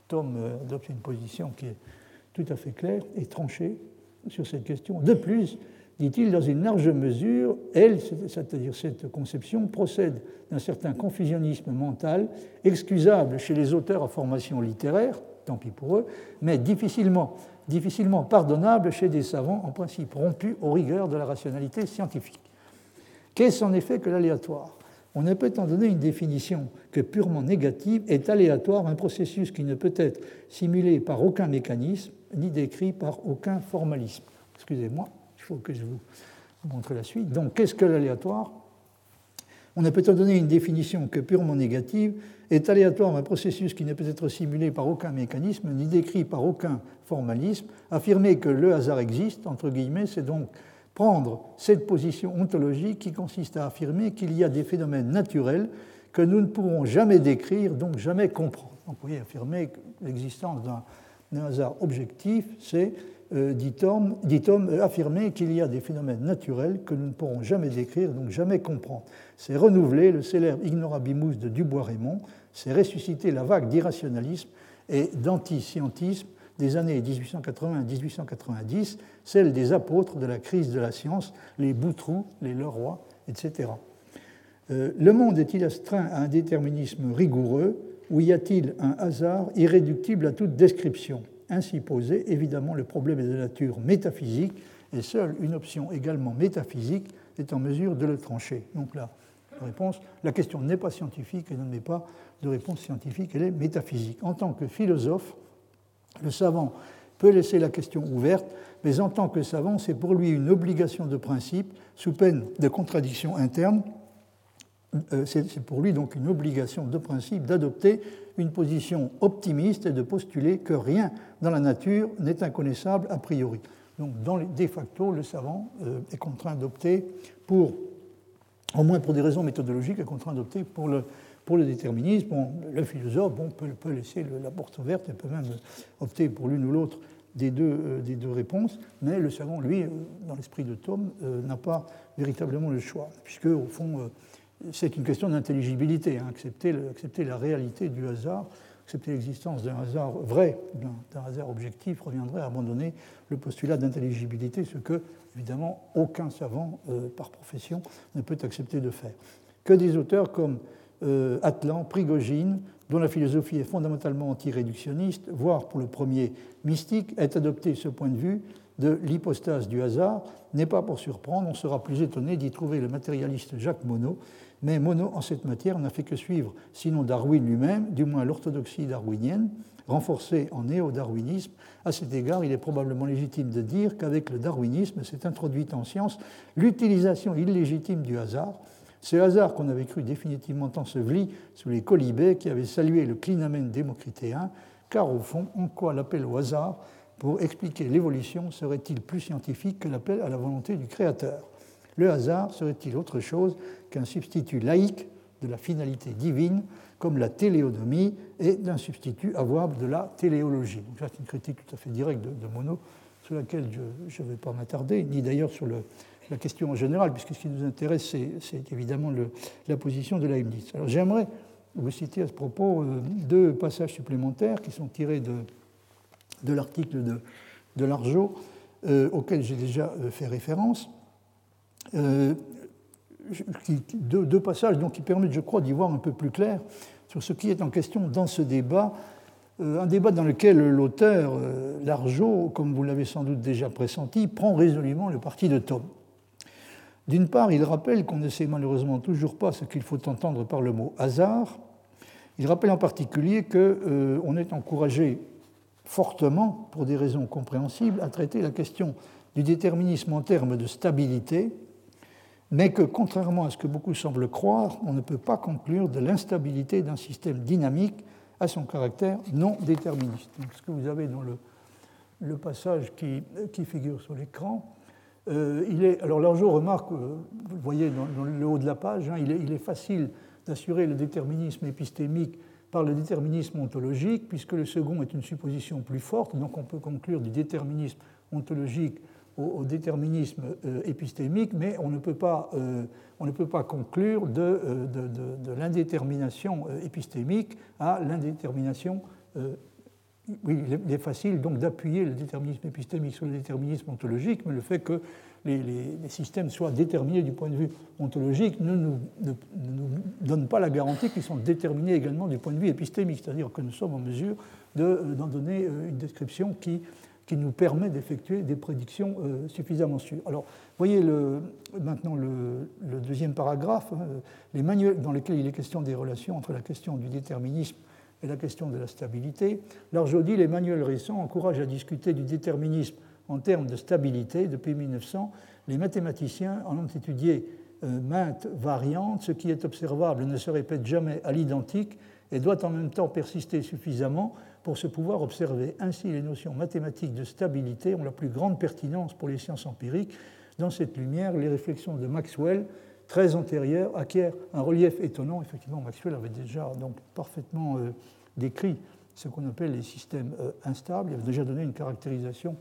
Thom adopte une position qui est tout à fait claire et tranchée sur cette question. De plus, dit-il, dans une large mesure, c'est-à-dire cette conception, procède d'un certain confusionnisme mental, excusable chez les auteurs à formation littéraire, tant pis pour eux, mais difficilement pardonnable chez des savants en principe rompus aux rigueurs de la rationalité scientifique. Qu'est-ce en effet que l'aléatoire ? On ne peut en donner une définition que purement négative. Est aléatoire un processus qui ne peut être simulé par aucun mécanisme, ni décrit par aucun formalisme. Excusez-moi, il faut que je vous montre la suite. Donc, qu'est-ce que l'aléatoire ? On ne peut en donner une définition que purement négative. Est aléatoire un processus qui ne peut être simulé par aucun mécanisme, ni décrit par aucun formalisme. Affirmer que le hasard existe, entre guillemets, c'est donc prendre cette position ontologique qui consiste à affirmer qu'il y a des phénomènes naturels que nous ne pourrons jamais décrire, donc jamais comprendre. Donc, vous voyez, affirmer l'existence d'un hasard objectif, c'est, dit-on, affirmer qu'il y a des phénomènes naturels que nous ne pourrons jamais décrire, donc jamais comprendre. C'est renouveler le célèbre ignorabimus de Dubois-Raymond, c'est ressusciter la vague d'irrationalisme et d'antiscientisme des années 1880-1890, celle des apôtres de la crise de la science, les Boutroux, les Leroy, etc. Le monde est-il astreint à un déterminisme rigoureux ou y a-t-il un hasard irréductible à toute description ? Ainsi posé, évidemment, le problème est de nature métaphysique et seule une option également métaphysique est en mesure de le trancher. Donc là, la question n'est pas scientifique et ne met pas de réponse scientifique, elle est métaphysique. En tant que philosophe, le savant peut laisser la question ouverte, mais en tant que savant, c'est pour lui une obligation de principe, sous peine de contradiction interne. C'est pour lui donc une obligation de principe d'adopter une position optimiste et de postuler que rien dans la nature n'est inconnaissable a priori. Donc, de facto, le savant est contraint d'opter pour, au moins pour des raisons méthodologiques, est contraint d'opter pour le déterminisme. Bon, le philosophe peut laisser la porte ouverte et peut même opter pour l'une ou l'autre des deux réponses, mais le savant, lui, dans l'esprit de Thom, n'a pas véritablement le choix, puisque, au fond, c'est une question d'intelligibilité, accepter la réalité du hasard, accepter l'existence d'un hasard vrai, d'un hasard objectif, reviendrait à abandonner le postulat d'intelligibilité, ce que, évidemment, aucun savant, par profession, ne peut accepter de faire. Que des auteurs comme Atlan, Prigogine, dont la philosophie est fondamentalement anti-réductionniste, voire pour le premier mystique, aient adopté ce point de vue de l'hypostase du hasard, n'est pas pour surprendre, on sera plus étonné d'y trouver le matérialiste Jacques Monod, mais Monod, en cette matière, n'a fait que suivre, sinon Darwin lui-même, du moins l'orthodoxie darwinienne, renforcée en néo-darwinisme. À cet égard, il est probablement légitime de dire qu'avec le darwinisme s'est introduite en science l'utilisation illégitime du hasard, ce hasard qu'on avait cru définitivement enseveli sous les colibets qui avaient salué le clinamen démocritéen, car au fond, en quoi l'appel au hasard pour expliquer l'évolution serait-il plus scientifique que l'appel à la volonté du Créateur ? Le hasard serait-il autre chose qu'un substitut laïque de la finalité divine, comme la téléonomie est d'un substitut avouable de la téléologie ? Donc ça, c'est une critique tout à fait directe de Monod, sur laquelle je ne vais pas m'attarder, ni d'ailleurs sur la question en général, puisque ce qui nous intéresse, c'est évidemment la position de Leibniz. Alors j'aimerais vous citer à ce propos deux passages supplémentaires qui sont tirés de l'article de Largeau, auquel j'ai déjà fait référence. Deux passages donc, qui permettent, je crois, d'y voir un peu plus clair sur ce qui est en question dans ce débat, un débat dans lequel l'auteur, Largeau, comme vous l'avez sans doute déjà pressenti, prend résolument le parti de Thom. D'une part, il rappelle qu'on ne sait malheureusement toujours pas ce qu'il faut entendre par le mot hasard. Il rappelle en particulier qu'on est encouragé fortement, pour des raisons compréhensibles, à traiter la question du déterminisme en termes de stabilité, mais que, contrairement à ce que beaucoup semblent croire, on ne peut pas conclure de l'instabilité d'un système dynamique à son caractère non déterministe. Donc, ce que vous avez dans le passage qui figure sur l'écran, alors Largeau remarque, vous le voyez dans le haut de la page, il est facile d'assurer le déterminisme épistémique par le déterminisme ontologique, puisque le second est une supposition plus forte, donc on peut conclure du déterminisme ontologique au déterminisme épistémique, mais on ne peut pas conclure de l'indétermination épistémique à l'indétermination oui, il est facile donc d'appuyer le déterminisme épistémique sur le déterminisme ontologique, mais le fait que les systèmes soient déterminés du point de vue ontologique ne nous donne pas la garantie qu'ils sont déterminés également du point de vue épistémique, c'est-à-dire que nous sommes en mesure d'en donner une description qui nous permet d'effectuer des prédictions suffisamment sûres. Alors, voyez maintenant le deuxième paragraphe, les manuels dans lesquels il est question des relations entre la question du déterminisme et la question de la stabilité. Larjaudy, les manuels récents encouragent à discuter du déterminisme en termes de stabilité. Depuis 1900, les mathématiciens en ont étudié maintes variantes. Ce qui est observable ne se répète jamais à l'identique et doit en même temps persister suffisamment pour se pouvoir observer. Ainsi, les notions mathématiques de stabilité ont la plus grande pertinence pour les sciences empiriques. Dans cette lumière, les réflexions de Maxwell, très antérieures, acquièrent un relief étonnant. Effectivement, Maxwell avait déjà donc parfaitement décrit ce qu'on appelle les systèmes instables. Il avait déjà donné une caractérisation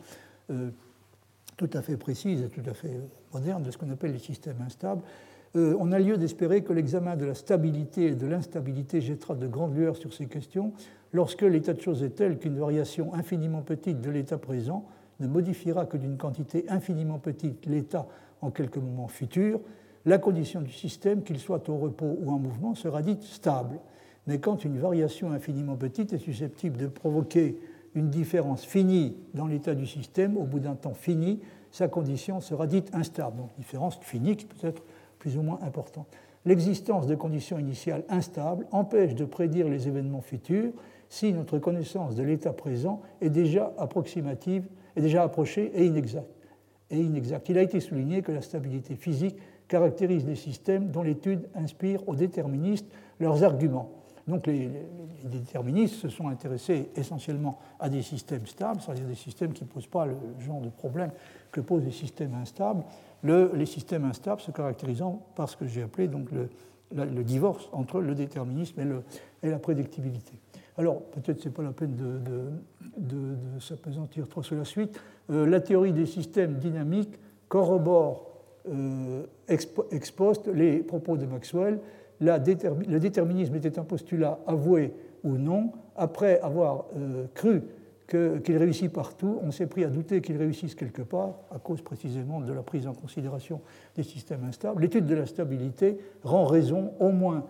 tout à fait précise et tout à fait moderne de ce qu'on appelle les systèmes instables. On a lieu d'espérer que l'examen de la stabilité et de l'instabilité jettera de grandes lueurs sur ces questions lorsque l'état de choses est tel qu'une variation infiniment petite de l'état présent ne modifiera que d'une quantité infiniment petite l'état en quelques moments futurs. La condition du système, qu'il soit au repos ou en mouvement, sera dite stable. Mais quand une variation infiniment petite est susceptible de provoquer une différence finie dans l'état du système, au bout d'un temps fini, sa condition sera dite instable. Donc, différence finie qui peut être plus ou moins importante. L'existence de conditions initiales instables empêche de prédire les événements futurs si notre connaissance de l'état présent est déjà approximative, est déjà approchée et inexacte. Il a été souligné que la stabilité physique caractérise les systèmes dont l'étude inspire aux déterministes leurs arguments. Donc les déterministes se sont intéressés essentiellement à des systèmes stables, c'est-à-dire des systèmes qui ne posent pas le genre de problème que posent les systèmes instables. Les systèmes instables se caractérisant par ce que j'ai appelé donc le divorce entre le déterminisme et la prédictibilité. Alors, peut-être ce n'est pas la peine de s'appesantir trop sur la suite. La théorie des systèmes dynamiques corrobore ex post les propos de Maxwell. Le déterminisme était un postulat avoué ou non. Après avoir cru qu'il réussit partout, on s'est pris à douter qu'il réussisse quelque part, à cause précisément de la prise en considération des systèmes instables. L'étude de la stabilité rend raison, au moins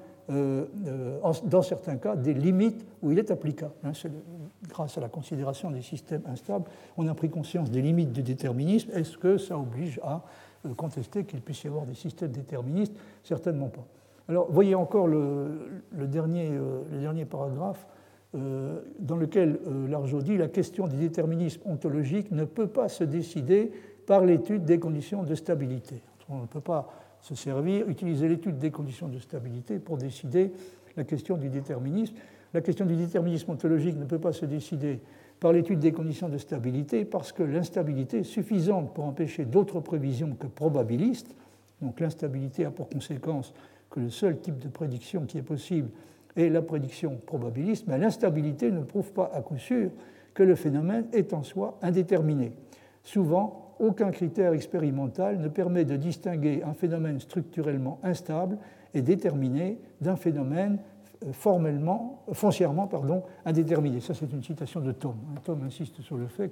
dans certains cas, des limites où il est applicable. Grâce à la considération des systèmes instables, on a pris conscience des limites du déterminisme. Est-ce que ça oblige à contester qu'il puisse y avoir des systèmes déterministes? Certainement pas. Alors, voyez encore le dernier paragraphe dans lequel Largeau dit « La question du déterminisme ontologique ne peut pas se décider par l'étude des conditions de stabilité. » On ne peut pas se servir, utiliser l'étude des conditions de stabilité pour décider la question du déterminisme. La question du déterminisme ontologique ne peut pas se décider par l'étude des conditions de stabilité parce que l'instabilité est suffisante pour empêcher d'autres prévisions que probabilistes. Donc l'instabilité a pour conséquence que le seul type de prédiction qui est possible est la prédiction probabiliste, mais l'instabilité ne prouve pas à coup sûr que le phénomène est en soi indéterminé. Souvent, aucun critère expérimental ne permet de distinguer un phénomène structurellement instable et déterminé d'un phénomène foncièrement indéterminé. Ça, c'est une citation de Thom. Thom insiste sur le fait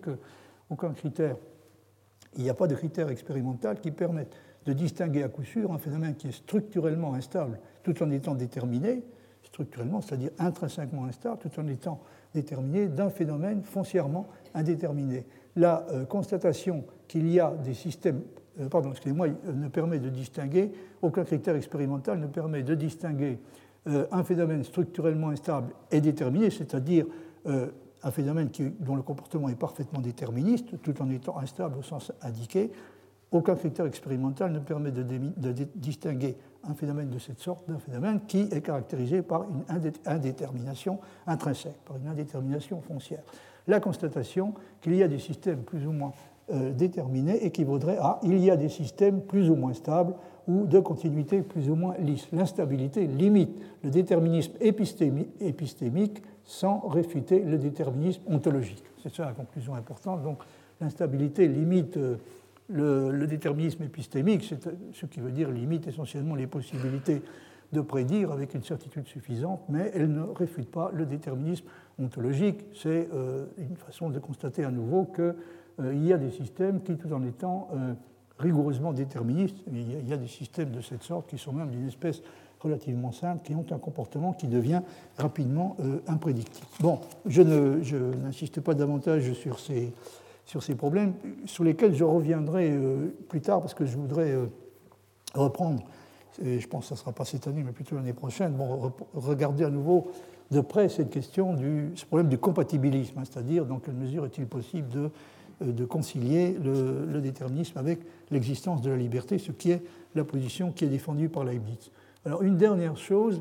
il n'y a pas de critère expérimental qui permette de distinguer à coup sûr un phénomène qui est structurellement instable tout en étant déterminé, structurellement, c'est-à-dire intrinsèquement instable, tout en étant déterminé, d'un phénomène foncièrement indéterminé. La constatation qu'il y a des systèmes, ne permet de distinguer, aucun critère expérimental ne permet de distinguer un phénomène structurellement instable et déterminé, c'est-à-dire un phénomène dont le comportement est parfaitement déterministe, tout en étant instable au sens indiqué. Aucun critère expérimental ne permet de distinguer un phénomène de cette sorte d'un phénomène qui est caractérisé par une indétermination intrinsèque, par une indétermination foncière. La constatation qu'il y a des systèmes plus ou moins déterminés équivaudrait à « il y a des systèmes plus ou moins stables » ou de continuité plus ou moins lisse. L'instabilité limite le déterminisme épistémique sans réfuter le déterminisme ontologique. C'est ça la conclusion importante. Donc l'instabilité limite le déterminisme épistémique, c'est ce qui veut dire limite essentiellement les possibilités de prédire avec une certitude suffisante, mais elle ne réfute pas le déterminisme ontologique. C'est une façon de constater à nouveau qu'il y a des systèmes qui, tout en étant rigoureusement déterministes, il y a des systèmes de cette sorte qui sont même d'une espèce relativement simple, qui ont un comportement qui devient rapidement imprédictible. Bon, je n'insiste pas davantage sur ces problèmes, sur lesquels je reviendrai plus tard, parce que je voudrais reprendre, et je pense que ce ne sera pas cette année, mais plutôt l'année prochaine, regarder à nouveau de près cette question ce problème du compatibilisme, c'est-à-dire dans quelle mesure est-il possible de concilier le déterminisme avec l'existence de la liberté, ce qui est la position qui est défendue par Leibniz. Alors, une dernière chose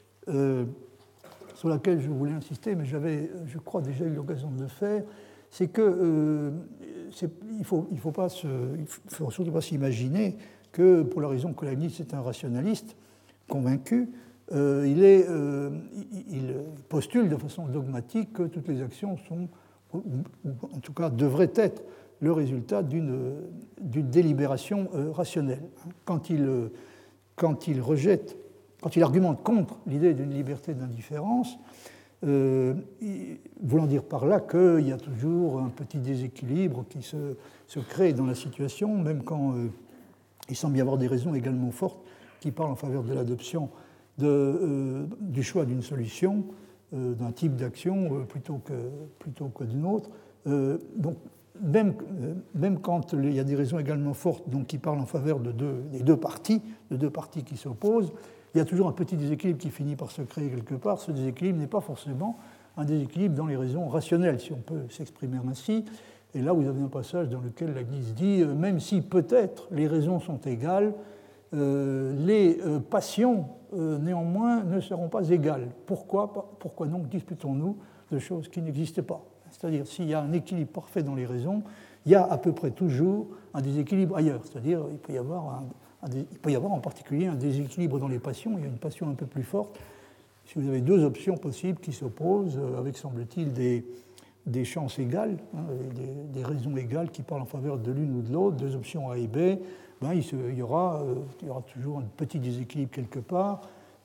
sur laquelle je voulais insister, mais j'avais, je crois, déjà eu l'occasion de le faire, c'est qu'il ne faut surtout pas s'imaginer que, pour la raison que Leibniz est un rationaliste convaincu, il postule de façon dogmatique que toutes les actions sont, ou en tout cas devraient être, le résultat d'une délibération rationnelle. Quand il argumente contre l'idée d'une liberté d'indifférence, voulant dire par là qu'il y a toujours un petit déséquilibre qui se crée dans la situation, même quand il semble y avoir des raisons également fortes qui parlent en faveur de l'adoption du choix d'une solution, d'un type d'action plutôt que d'une autre. Donc, même quand il y a des raisons également fortes donc, qui parlent en faveur des deux parties qui s'opposent, il y a toujours un petit déséquilibre qui finit par se créer quelque part. Ce déséquilibre n'est pas forcément un déséquilibre dans les raisons rationnelles, si on peut s'exprimer ainsi. Et là, vous avez un passage dans lequel Leibniz dit « Même si peut-être les raisons sont égales, les passions, néanmoins, ne seront pas égales. Pourquoi donc disputons-nous de choses qui n'existent pas ?» C'est-à-dire, s'il y a un équilibre parfait dans les raisons, il y a à peu près toujours un déséquilibre ailleurs. C'est-à-dire, il peut y avoir en particulier un déséquilibre dans les passions. Il y a une passion un peu plus forte. Si vous avez deux options possibles qui s'opposent, avec, semble-t-il, des chances égales, des raisons égales qui parlent en faveur de l'une ou de l'autre, deux options A et B, il y aura toujours un petit déséquilibre quelque part,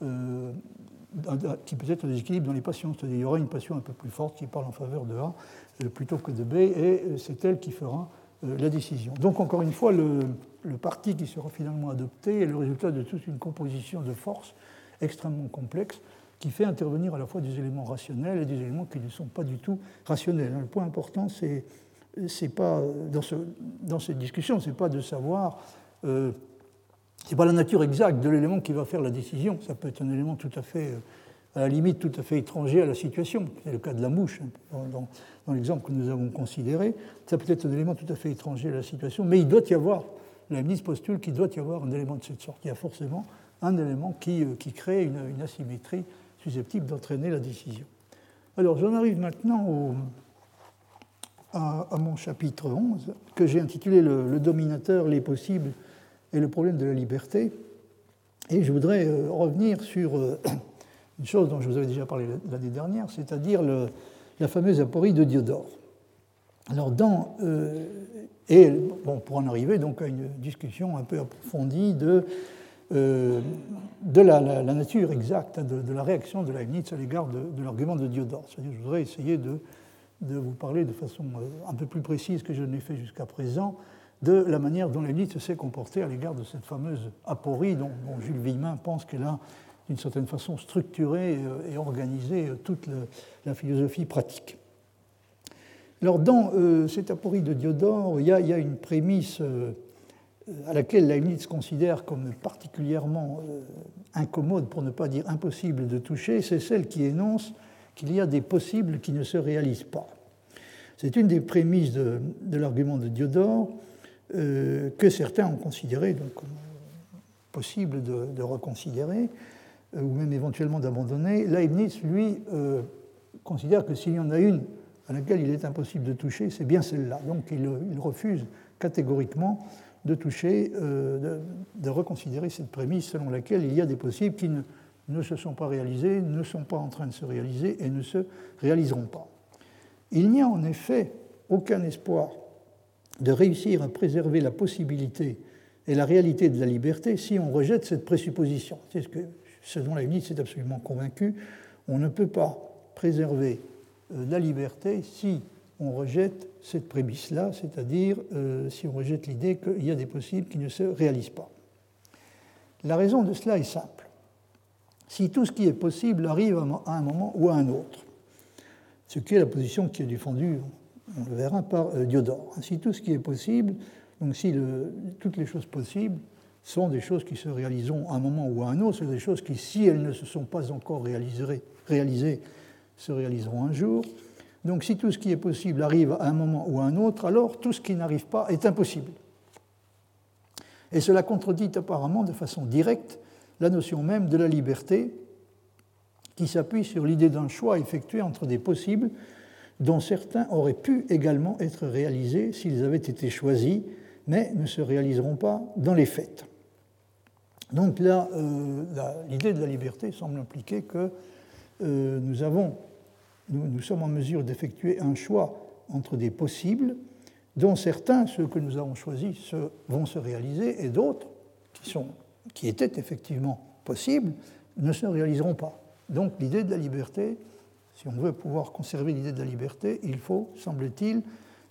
qui peut être un déséquilibre dans les passions. C'est-à-dire qu'il y aura une passion un peu plus forte qui parle en faveur de A plutôt que de B, et c'est elle qui fera la décision. Donc, encore une fois, le parti qui sera finalement adopté est le résultat de toute une composition de forces extrêmement complexe qui fait intervenir à la fois des éléments rationnels et des éléments qui ne sont pas du tout rationnels. Le point important, c'est pas, dans cette discussion, c'est pas de savoir, c'est pas la nature exacte de l'élément qui va faire la décision. Ça peut être un élément tout à fait, à la limite, tout à fait étranger à la situation. C'est le cas de la mouche, dans l'exemple que nous avons considéré. Ça peut être un élément tout à fait étranger à la situation, mais il doit y avoir, Leibniz postule qu'il doit y avoir un élément de cette sorte. Il y a forcément un élément qui crée une asymétrie susceptible d'entraîner la décision. Alors, j'en arrive maintenant à mon chapitre 11, que j'ai intitulé le dominateur, les possibles et le problème de la liberté. Et je voudrais revenir sur une chose dont je vous avais déjà parlé l'année dernière, c'est-à-dire la fameuse aporie de Diodore. Alors, pour en arriver donc à une discussion un peu approfondie de la nature exacte de la réaction de Leibniz à l'égard de l'argument de Diodore. C'est-à-dire, je voudrais essayer de vous parler de façon un peu plus précise que je ne l'ai fait jusqu'à présent de la manière dont Leibniz s'est comporté à l'égard de cette fameuse aporie dont Jules Villemin pense qu'elle a d'une certaine façon structuré et organisé toute la philosophie pratique. Alors, dans cette aporie de Diodore, il y a une prémisse à laquelle Leibniz considère comme particulièrement incommode, pour ne pas dire impossible de toucher, c'est celle qui énonce qu'il y a des possibles qui ne se réalisent pas. C'est une des prémices de l'argument de Diodore que certains ont considéré donc, comme possible de reconsidérer, ou même éventuellement d'abandonner. Leibniz, lui, considère que s'il y en a une à laquelle il est impossible de toucher, c'est bien celle-là. Donc il refuse catégoriquement de toucher, de reconsidérer cette prémisse selon laquelle il y a des possibles qui ne se sont pas réalisés, ne sont pas en train de se réaliser et ne se réaliseront pas. Il n'y a en effet aucun espoir de réussir à préserver la possibilité et la réalité de la liberté si on rejette cette présupposition. C'est ce que ce dont Leibniz est absolument convaincu, on ne peut pas préserver la liberté si on rejette cette prémisse-là, c'est-à-dire si on rejette l'idée qu'il y a des possibles qui ne se réalisent pas. La raison de cela est simple. Si tout ce qui est possible arrive à un moment ou à un autre, ce qui est la position qui est défendue, on le verra, par Diodore. Si tout ce qui est possible, donc si toutes les choses possibles sont des choses qui se réaliseront à un moment ou à un autre, c'est des choses qui, si elles ne se sont pas encore réalisées, se réaliseront un jour. Donc si tout ce qui est possible arrive à un moment ou à un autre, alors tout ce qui n'arrive pas est impossible. Et cela contredit apparemment de façon directe la notion même de la liberté, qui s'appuie sur l'idée d'un choix effectué entre des possibles dont certains auraient pu également être réalisés s'ils avaient été choisis, mais ne se réaliseront pas dans les faits. Donc là, l'idée de la liberté semble impliquer que nous sommes en mesure d'effectuer un choix entre des possibles dont certains, ceux que nous avons choisis, vont se réaliser, et d'autres, qui étaient effectivement possibles, ne se réaliseront pas. Donc l'idée de la liberté, si on veut pouvoir conserver l'idée de la liberté, il faut, semble-t-il,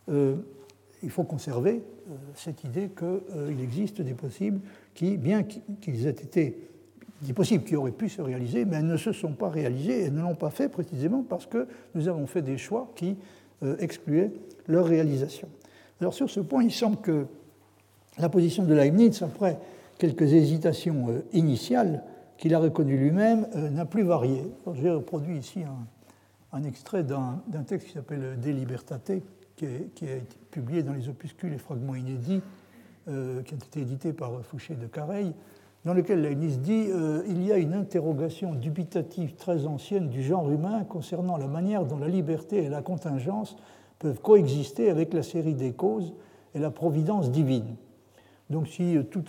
il faut conserver cette idée qu'il existe des possibles qui, bien qu'ils aient été des possibles qui auraient pu se réaliser, mais ne se sont pas réalisés et ne l'ont pas fait précisément parce que nous avons fait des choix qui excluaient leur réalisation. Alors sur ce point, il semble que la position de Leibniz, après quelques hésitations initiales qu'il a reconnues lui-même, n'a plus varié. J'ai reproduit ici un extrait d'un texte qui s'appelle De Libertate, qui a été publié dans les opuscules et fragments inédits, qui ont été édités par Fouché de Careil, dans lequel Leibniz dit il y a une interrogation dubitative très ancienne du genre humain concernant la manière dont la liberté et la contingence peuvent coexister avec la série des causes et la providence divine. Donc si tout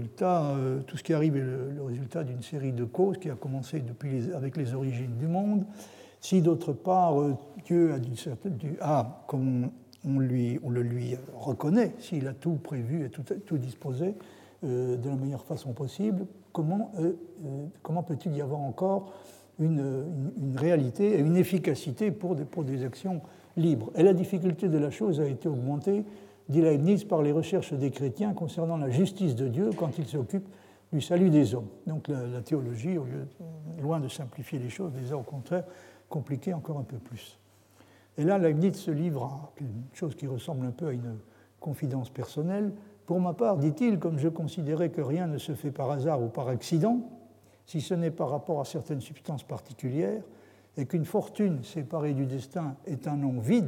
ce qui arrive est le résultat d'une série de causes qui a commencé avec les origines du monde, si d'autre part Dieu a comme on le lui reconnaît, s'il a tout prévu et tout disposé de la meilleure façon possible, comment peut-il y avoir encore une réalité et une efficacité pour des actions libres? Et la difficulté de la chose a été augmentée, dit Leibniz, par les recherches des chrétiens concernant la justice de Dieu quand il s'occupe du salut des hommes. Donc la théologie, loin de simplifier les choses, les a au contraire compliquées encore un peu plus. Et là, Leibniz se livre à une chose qui ressemble un peu à une confidence personnelle. Pour ma part, dit-il, comme je considérais que rien ne se fait par hasard ou par accident, si ce n'est par rapport à certaines substances particulières, et qu'une fortune séparée du destin est un nom vide,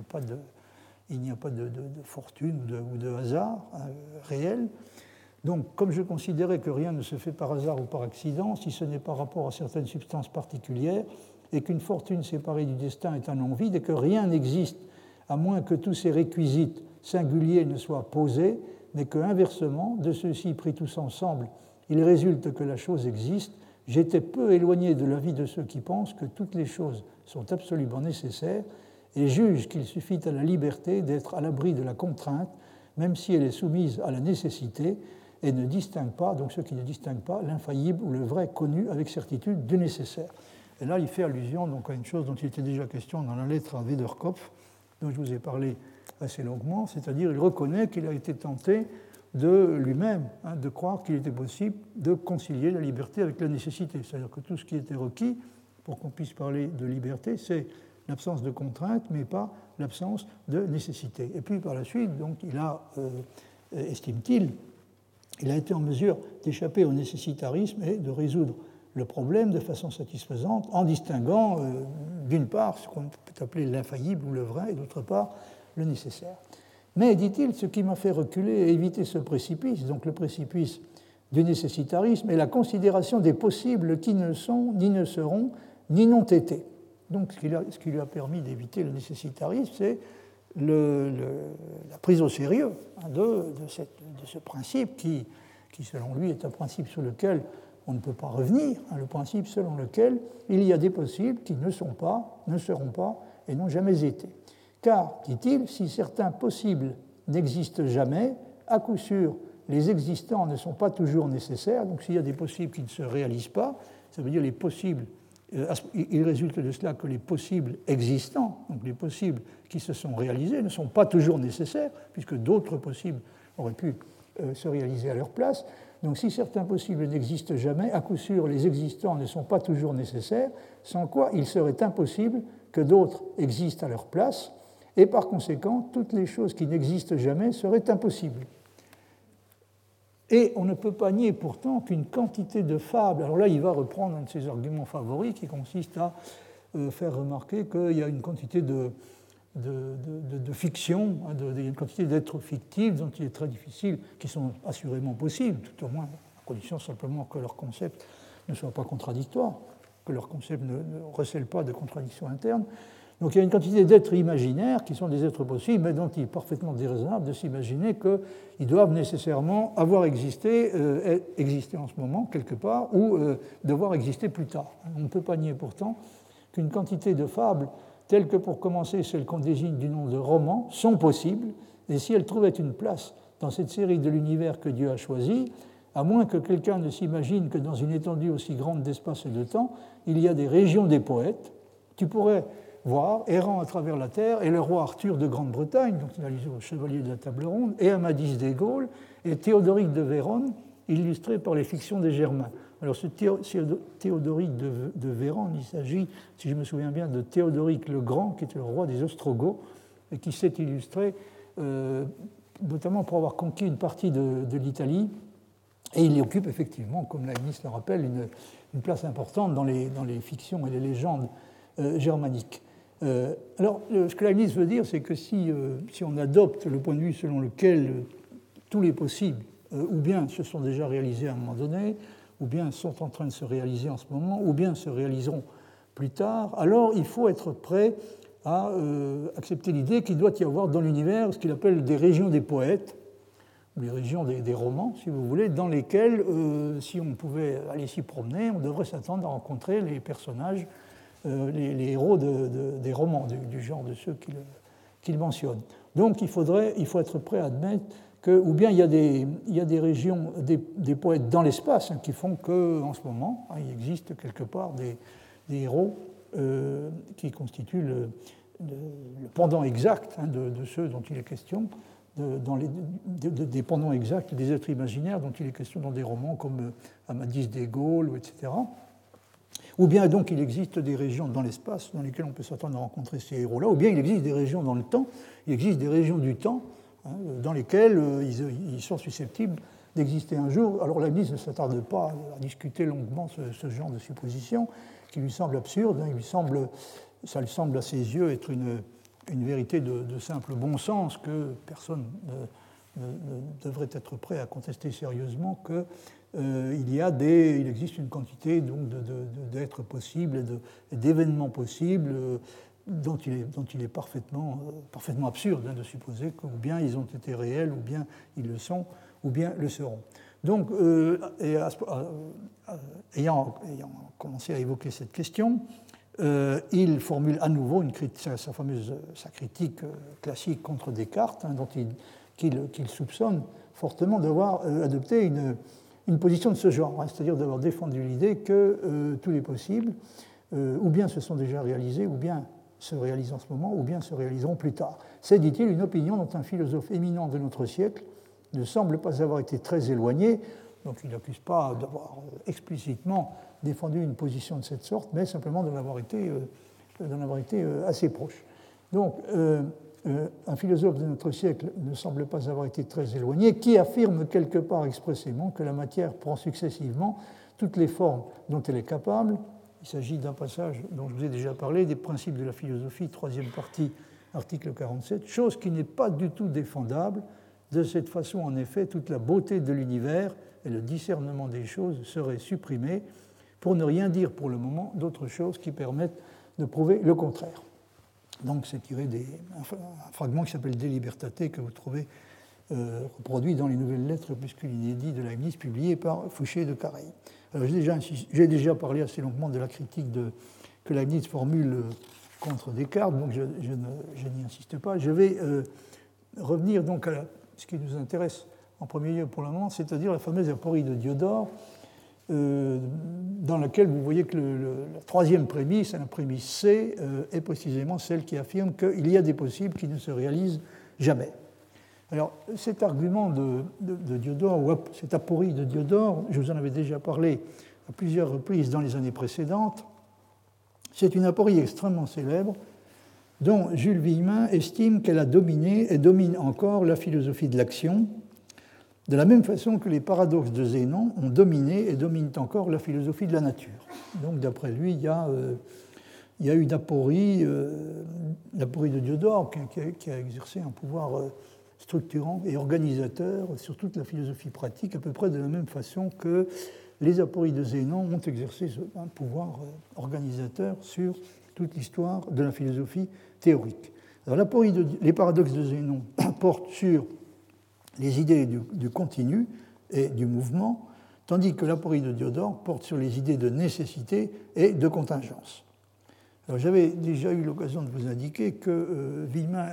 il n'y a pas de fortune ou de hasard réel. Donc, comme je considérais que rien ne se fait par hasard ou par accident, si ce n'est par rapport à certaines substances particulières, et qu'une fortune séparée du destin est un nom vide, et que rien n'existe à moins que tous ces réquisites singuliers ne soient posés, mais que, inversement, de ceux-ci pris tous ensemble, il résulte que la chose existe, j'étais peu éloigné de l'avis de ceux qui pensent que toutes les choses sont absolument nécessaires et jugent qu'il suffit à la liberté d'être à l'abri de la contrainte, même si elle est soumise à la nécessité, et ne distingue pas, donc ceux qui ne distinguent pas, l'infaillible ou le vrai connu avec certitude du nécessaire. Et là, il fait allusion donc à une chose dont il était déjà question dans la lettre à Wederkopf, dont je vous ai parlé assez longuement, c'est-à-dire il reconnaît qu'il a été tenté de lui-même, de croire qu'il était possible de concilier la liberté avec la nécessité. C'est-à-dire que tout ce qui était requis pour qu'on puisse parler de liberté, c'est l'absence de contrainte, mais pas l'absence de nécessité. Et puis par la suite, donc, estime-t-il, il a été en mesure d'échapper au nécessitarisme et de résoudre le problème de façon satisfaisante en distinguant d'une part ce qu'on peut appeler l'infaillible ou le vrai et d'autre part le nécessaire. Mais, dit-il, ce qui m'a fait reculer et éviter ce précipice, donc le précipice du nécessitarisme, est la considération des possibles qui ne sont, ni ne seront, ni n'ont été. Donc ce qui lui a permis d'éviter le nécessitarisme, c'est la prise au sérieux de ce principe qui, selon lui, est un principe sur lequel on ne peut pas revenir, le principe selon lequel il y a des possibles qui ne sont pas, ne seront pas et n'ont jamais été. Car, dit-il, si certains possibles n'existent jamais, à coup sûr, les existants ne sont pas toujours nécessaires. Donc s'il y a des possibles qui ne se réalisent pas, ça veut dire les possibles. Il résulte de cela que les possibles existants, donc les possibles qui se sont réalisés, ne sont pas toujours nécessaires, puisque d'autres possibles auraient pu se réaliser à leur place. Donc si certains possibles n'existent jamais, à coup sûr, les existants ne sont pas toujours nécessaires, sans quoi il serait impossible que d'autres existent à leur place, et par conséquent, toutes les choses qui n'existent jamais seraient impossibles. Et on ne peut pas nier pourtant qu'une quantité de fables, alors là il va reprendre un de ses arguments favoris qui consiste à faire remarquer qu'il y a une quantité de fiction, une quantité d'êtres fictifs dont il est très difficile, qui sont assurément possibles, tout au moins à condition simplement que leur concept ne soit pas contradictoire, que leur concept ne recèle pas de contradictions internes. Donc il y a une quantité d'êtres imaginaires qui sont des êtres possibles, mais dont il est parfaitement déraisonnable de s'imaginer qu'ils doivent nécessairement avoir existé en ce moment quelque part, ou devoir exister plus tard. On ne peut pas nier pourtant qu'une quantité de fables, telles que pour commencer celles qu'on désigne du nom de romans, sont possibles, et si elles trouvaient une place dans cette série de l'univers que Dieu a choisi, à moins que quelqu'un ne s'imagine que dans une étendue aussi grande d'espace et de temps, il y a des régions des poètes, tu pourrais voir, errant à travers la terre, et le roi Arthur de Grande-Bretagne, dont il a lu au Chevalier de la Table Ronde, et Amadis des Gaules, et Théodoric de Vérone, illustré par les fictions des Germains. Alors ce Théodoric de Vérone, il s'agit, si je me souviens bien, de Théodoric le Grand, qui était le roi des Ostrogoths, et qui s'est illustré notamment pour avoir conquis une partie de l'Italie, et il y occupe effectivement, comme Leibniz le rappelle, une place importante dans les fictions et les légendes germaniques. Alors, ce que Leibniz veut dire, c'est que si on adopte le point de vue selon lequel tous les possibles, ou bien se sont déjà réalisés à un moment donné, ou bien sont en train de se réaliser en ce moment, ou bien se réaliseront plus tard, alors il faut être prêt à accepter l'idée qu'il doit y avoir dans l'univers ce qu'il appelle des régions des poètes, ou les régions des romans, si vous voulez, dans lesquelles, si on pouvait aller s'y promener, on devrait s'attendre à rencontrer les personnages, les héros des romans, du genre de ceux qu'il mentionne. Donc il faut être prêt à admettre que, ou bien il y a des régions, des poètes dans l'espace qui font qu'en ce moment, il existe quelque part des héros qui constituent le pendant exact de ceux dont il est question, des pendants exacts des êtres imaginaires dont il est question dans des romans comme Amadis des Gaules, etc. Ou bien donc il existe des régions dans l'espace dans lesquelles on peut s'attendre à rencontrer ces héros-là, ou bien il existe des régions dans le temps, il existe des régions du temps dans lesquelles ils sont susceptibles d'exister un jour. Alors Leibniz ne s'attarde pas à discuter longuement ce genre de supposition qui lui semble absurde, ça lui semble à ses yeux être une vérité de simple bon sens que personne ne devrait être prêt à contester sérieusement qu'il existe une quantité d'êtres possibles, d'événements possibles dont il est parfaitement absurde de supposer que ou bien ils ont été réels, ou bien ils le sont, ou bien le seront. Donc, ayant commencé à évoquer cette question, il formule à nouveau sa critique classique contre Descartes, qu'il soupçonne fortement d'avoir adopté une position de ce genre, c'est-à-dire d'avoir défendu l'idée que tous les possibles, ou bien se sont déjà réalisés, ou bien se réalisent en ce moment, ou bien se réaliseront plus tard. C'est, dit-il, une opinion dont un philosophe éminent de notre siècle ne semble pas avoir été très éloigné. Donc il n'accuse pas d'avoir explicitement défendu une position de cette sorte, mais simplement d'en avoir été assez proche. Donc un philosophe de notre siècle ne semble pas avoir été très éloigné, qui affirme quelque part expressément que la matière prend successivement toutes les formes dont elle est capable. Il s'agit d'un passage dont je vous ai déjà parlé, des Principes de la philosophie, troisième partie, article 47, chose qui n'est pas du tout défendable. De cette façon, en effet, toute la beauté de l'univers et le discernement des choses seraient supprimés, pour ne rien dire pour le moment d'autres choses qui permettent de prouver le contraire. Donc c'est tiré un fragment qui s'appelle De Libertate, que vous trouvez reproduit dans les Nouvelles Lettres opuscules inédits de Leibniz, publié par Fouché de Careil. Alors j'ai déjà parlé assez longuement de la critique que Leibniz formule contre Descartes, donc je n'y insiste pas. Je vais revenir donc à ce qui nous intéresse en premier lieu pour le moment, c'est-à-dire la fameuse aporie de Diodore, dans laquelle vous voyez que la troisième prémisse, la prémisse C, est précisément celle qui affirme qu'il y a des possibles qui ne se réalisent jamais. Alors, cet argument de Diodore, ou cette aporie de Diodore, je vous en avais déjà parlé à plusieurs reprises dans les années précédentes, c'est une aporie extrêmement célèbre dont Jules Villemin estime qu'elle a dominé et domine encore la philosophie de l'action, de la même façon que les paradoxes de Zénon ont dominé et dominent encore la philosophie de la nature. Donc, d'après lui, il y a une aporie, l'aporie de Diodore, qui a exercé un pouvoir structurant et organisateur sur toute la philosophie pratique, à peu près de la même façon que les apories de Zénon ont exercé un pouvoir organisateur sur toute l'histoire de la philosophie théorique. Alors, les paradoxes de Zénon portent sur les idées du continu et du mouvement, tandis que l'aporie de Diodore porte sur les idées de nécessité et de contingence. Alors, j'avais déjà eu l'occasion de vous indiquer que Villemin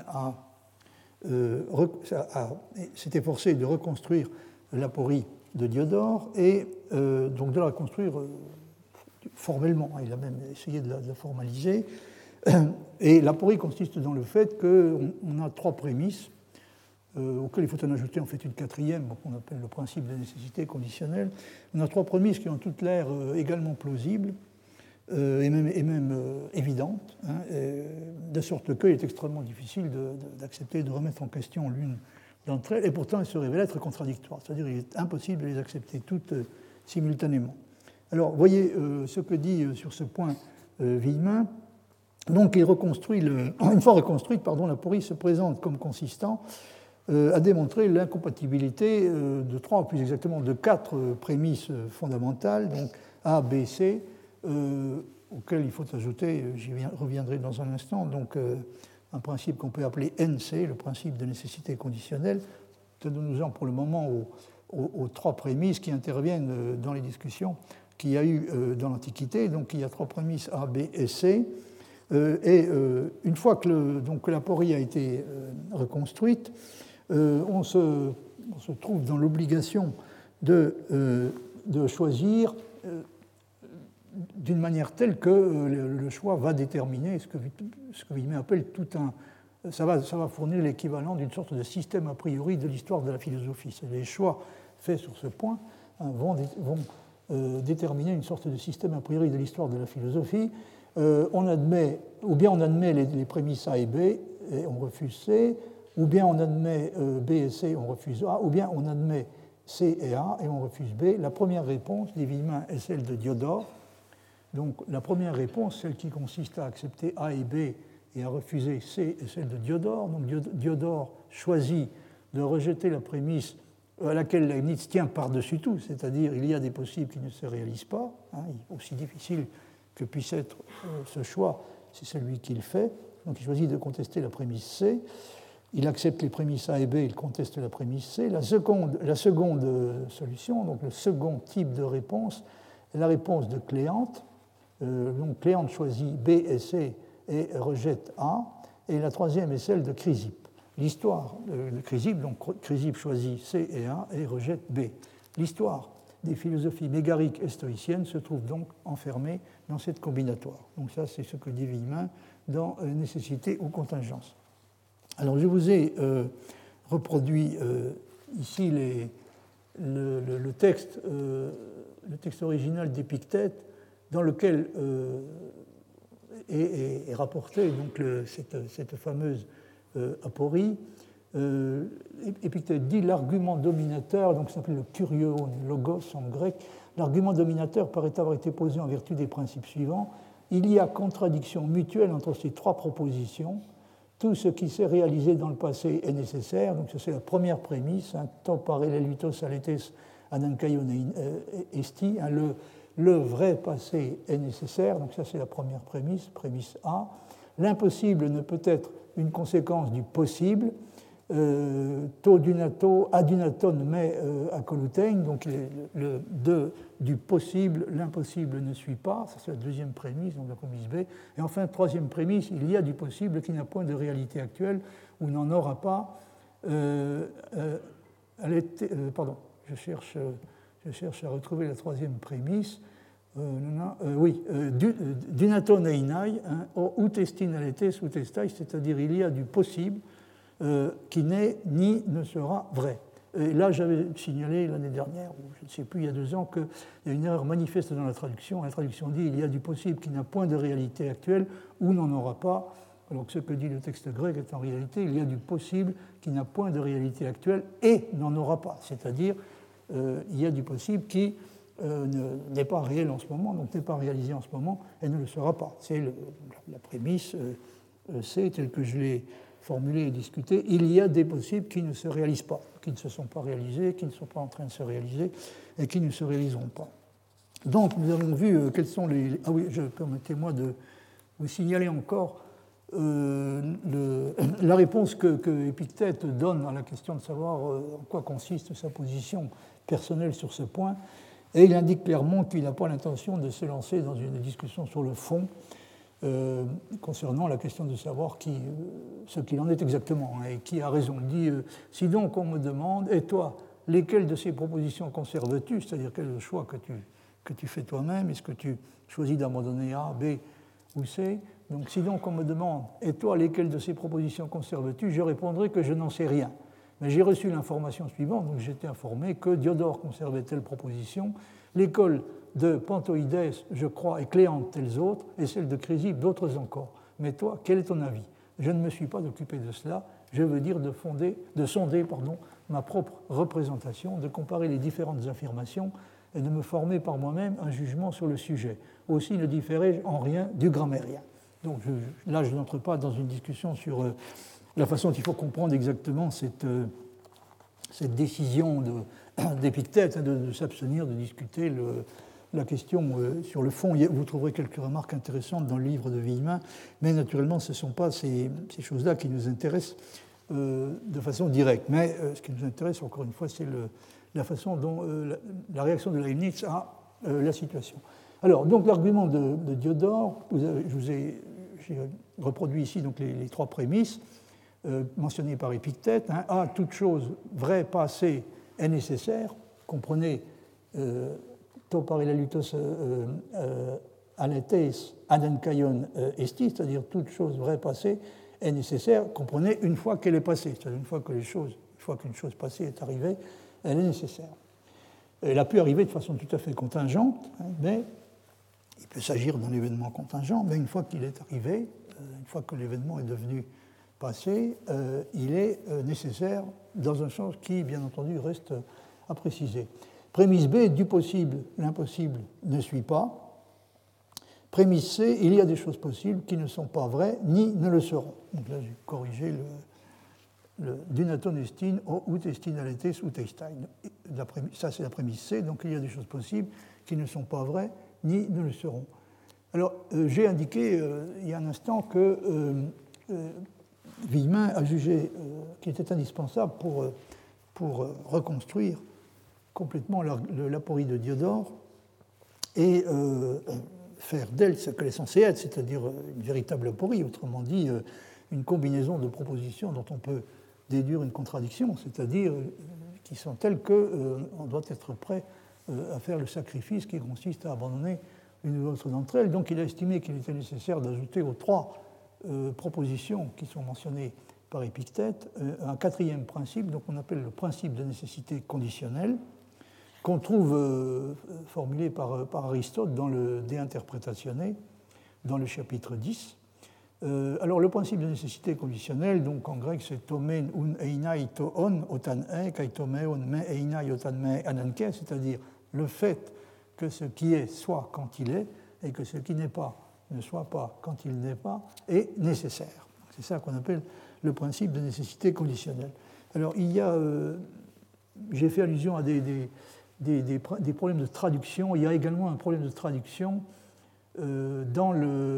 s'est efforcé de reconstruire l'aporie de Diodore et donc de la reconstruire formellement. Il a même essayé de la formaliser. Et l'aporie consiste dans le fait qu'on a trois prémisses auxquelles il faut en ajouter en fait une quatrième, qu'on appelle le principe de nécessité conditionnelle. On a trois prémisses qui ont toutes l'air également plausibles et même évidentes, de sorte qu'il est extrêmement difficile d'accepter de remettre en question l'une d'entre elles, et pourtant elles se révèlent être contradictoires, c'est-à-dire qu'il est impossible de les accepter toutes simultanément. Alors, voyez ce que dit sur ce point Villemin. Donc, une fois reconstruite, l'aporie se présente comme consistant à démontrer l'incompatibilité de trois, ou plus exactement de quatre prémisses fondamentales, donc A, B, C, auxquelles il faut ajouter, j'y reviendrai dans un instant, donc un principe qu'on peut appeler NC, le principe de nécessité conditionnelle. Tenons-nous-en pour le moment aux trois prémisses qui interviennent dans les discussions qu'il y a eu dans l'Antiquité. Donc il y a trois prémisses A, B et C. Et une fois que l'aporie a été reconstruite, on se trouve dans l'obligation de choisir d'une manière telle que le choix va déterminer ce que Villemin appelle tout un... Ça va fournir l'équivalent d'une sorte de système a priori de l'histoire de la philosophie. Les choix faits sur ce point vont déterminer une sorte de système a priori de l'histoire de la philosophie. On admet les prémisses A et B et on refuse C, ou bien on admet B et C, on refuse A, ou bien on admet C et A et on refuse B. La première réponse des Villemin est celle de Diodore. Donc la première réponse, celle qui consiste à accepter A et B et à refuser C, est celle de Diodore. Donc Diodore choisit de rejeter la prémisse à laquelle Leibniz tient par-dessus tout, c'est-à-dire il y a des possibles qui ne se réalisent pas, aussi difficile que puisse être ce choix, c'est celui qu'il fait. Donc il choisit de contester la prémisse C. Il accepte les prémisses A et B, il conteste la prémisse C. La seconde solution, donc le second type de réponse, est la réponse de Cléante. Donc Cléante choisit B et C et rejette A. Et la troisième est celle de Chrysippe. L'histoire de Chrysippe, donc Chrysippe choisit C et A et rejette B. L'histoire des philosophies mégariques et stoïciennes se trouve donc enfermée dans cette combinatoire. Donc ça, c'est ce que dit Villemin dans Nécessité ou contingence. Alors je vous ai reproduit ici le texte original d'Épictète dans lequel est rapportée donc cette fameuse aporie. Épictète dit l'argument dominateur, donc ça s'appelle le kurion, logos en grec, l'argument dominateur paraît avoir été posé en vertu des principes suivants. Il y a contradiction mutuelle entre ces trois propositions. Tout ce qui s'est réalisé dans le passé est nécessaire. Donc, ça, c'est la première prémisse. To parallelitos aletes anankaion esti. Le vrai passé est nécessaire. Donc, ça, c'est la première prémisse, prémisse A. L'impossible ne peut être une conséquence du possible. To dunato adunaton mais akolutein. Donc, du possible, l'impossible ne suit pas. Ça, c'est la deuxième prémisse, donc la prémisse B. Et enfin, troisième prémisse, il y a du possible qui n'a point de réalité actuelle ou n'en aura pas. Pardon, je cherche à retrouver la troisième prémisse. Dunaton einai, ut estin aletes ut estai, c'est-à-dire il y a du possible qui n'est ni ne sera vrai. Et là, j'avais signalé l'année dernière, ou je ne sais plus, il y a 2 ans, qu'il y a une erreur manifeste dans la traduction. La traduction dit il y a du possible qui n'a point de réalité actuelle ou n'en aura pas. Alors que ce que dit le texte grec est en réalité il y a du possible qui n'a point de réalité actuelle et n'en aura pas. C'est-à-dire il y a du possible qui n'est pas réel en ce moment, donc n'est pas réalisé en ce moment et ne le sera pas. C'est la prémisse C telle que je l'ai formulée et discutée. Il y a des possibles qui ne se réalisent pas, qui ne se sont pas réalisés, qui ne sont pas en train de se réaliser et qui ne se réaliseront pas. Donc nous avons vu quels sont les... Ah oui, permettez-moi de vous signaler encore la réponse que Épictète donne à la question de savoir en quoi consiste sa position personnelle sur ce point. Et il indique clairement qu'il n'a pas l'intention de se lancer dans une discussion sur le fond concernant la question de savoir ce qu'il en est exactement et qui a raison. Il dit si donc on me demande, et toi, lesquelles de ces propositions conserves-tu, c'est-à-dire quel est le choix que tu fais toi-même, est-ce que tu choisis d'abandonner A, B ou C? Donc si donc on me demande, et toi, lesquelles de ces propositions conserves-tu, je répondrai que je n'en sais rien. Mais j'ai reçu l'information suivante, donc j'étais informé que Diodore conservait telle proposition, l'école de Panthoïdès, je crois, et Cléante telles autres, et celle de Chrysippe d'autres encore. Mais toi, quel est ton avis? Je ne me suis pas occupé de cela, je veux dire de sonder ma propre représentation, de comparer les différentes affirmations et de me former par moi-même un jugement sur le sujet. Aussi ne différai-je en rien du grammairien. Donc là, je n'entre pas dans une discussion sur la façon dont il faut comprendre exactement cette décision d'Épictète de s'abstenir de discuter la question sur le fond. Vous trouverez quelques remarques intéressantes dans le livre de Villemin, mais naturellement, ce ne sont pas ces choses-là qui nous intéressent de façon directe. Mais ce qui nous intéresse, encore une fois, c'est la façon dont la réaction de Leibniz à la situation. Alors, donc l'argument de Diodore, j'ai reproduit ici donc, les 3 prémisses mentionnées par Épictète. A, toute chose vraie, passée, est nécessaire. Comprenez to parallelitos aletes adenkaion esti, c'est-à-dire toute chose vraie, passée, est nécessaire. Comprenez une fois qu'elle est passée, c'est-à-dire une fois qu'une chose passée est arrivée, elle est nécessaire. Elle a pu arriver de façon tout à fait contingente, mais il peut s'agir d'un événement contingent, mais une fois qu'il est arrivé, une fois que l'événement est devenu passé, il est nécessaire dans un sens qui, bien entendu, reste à préciser. Prémisse B, du possible, l'impossible ne suit pas. Prémisse C, il y a des choses possibles qui ne sont pas vraies ni ne le seront. Donc là, j'ai corrigé le dunaton estin, ut estin aletes ut estain. Ça, c'est la prémisse C, donc il y a des choses possibles qui ne sont pas vraies ni ne le seront. Alors, j'ai indiqué il y a un instant que Villemin a jugé qu'il était indispensable pour reconstruire complètement l'aporie de Diodore et faire d'elle ce qu'elle est censée être, c'est-à-dire une véritable aporie, autrement dit, une combinaison de propositions dont on peut déduire une contradiction, c'est-à-dire qui sont telles qu'on doit être prêt à faire le sacrifice qui consiste à abandonner une ou l'autre d'entre elles. Donc il a estimé qu'il était nécessaire d'ajouter aux 3 propositions qui sont mentionnées par Épictète un 4e principe, donc on appelle le principe de nécessité conditionnelle, qu'on trouve formulé par Aristote dans le De Interpretatione, dans le chapitre 10. Alors le principe de nécessité conditionnelle, donc en grec c'est tomen un einai to on otan e kai tomeon me einai otan me ananke, c'est-à-dire le fait que ce qui est soit quand il est et que ce qui n'est pas ne soit pas quand il n'est pas est nécessaire. C'est ça qu'on appelle le principe de nécessité conditionnelle. Alors il y a, j'ai fait allusion à des problèmes de traduction. Il y a également un problème de traduction dans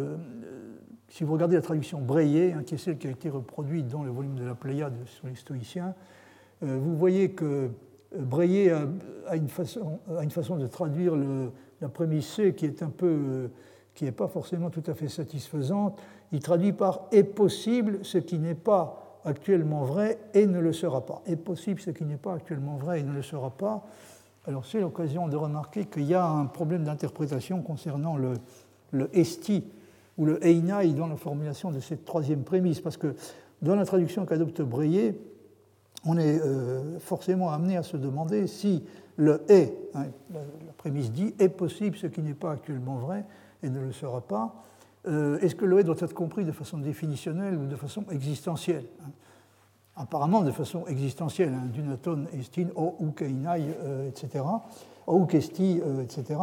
si vous regardez la traduction Breillet, qui est celle qui a été reproduite dans le volume de la Pléiade sur les stoïciens, vous voyez que Breillet a une façon de traduire la prémisse C qui n'est pas forcément tout à fait satisfaisante. Il traduit par « est possible ce qui n'est pas actuellement vrai et ne le sera pas ». Est possible ce qui n'est pas actuellement vrai et ne le sera pas. Alors c'est l'occasion de remarquer qu'il y a un problème d'interprétation concernant le esti ou le einai dans la formulation de cette troisième prémisse, parce que dans la traduction qu'adopte Breillet, on est forcément amené à se demander si le est, hein, la prémisse dit, est possible, ce qui n'est pas actuellement vrai et ne le sera pas. Est-ce que le est doit être compris de façon définitionnelle ou de façon existentielle, hein? Apparemment de façon existentielle, hein, dunaton estin, o ou keinai, etc., o ou kesti, etc.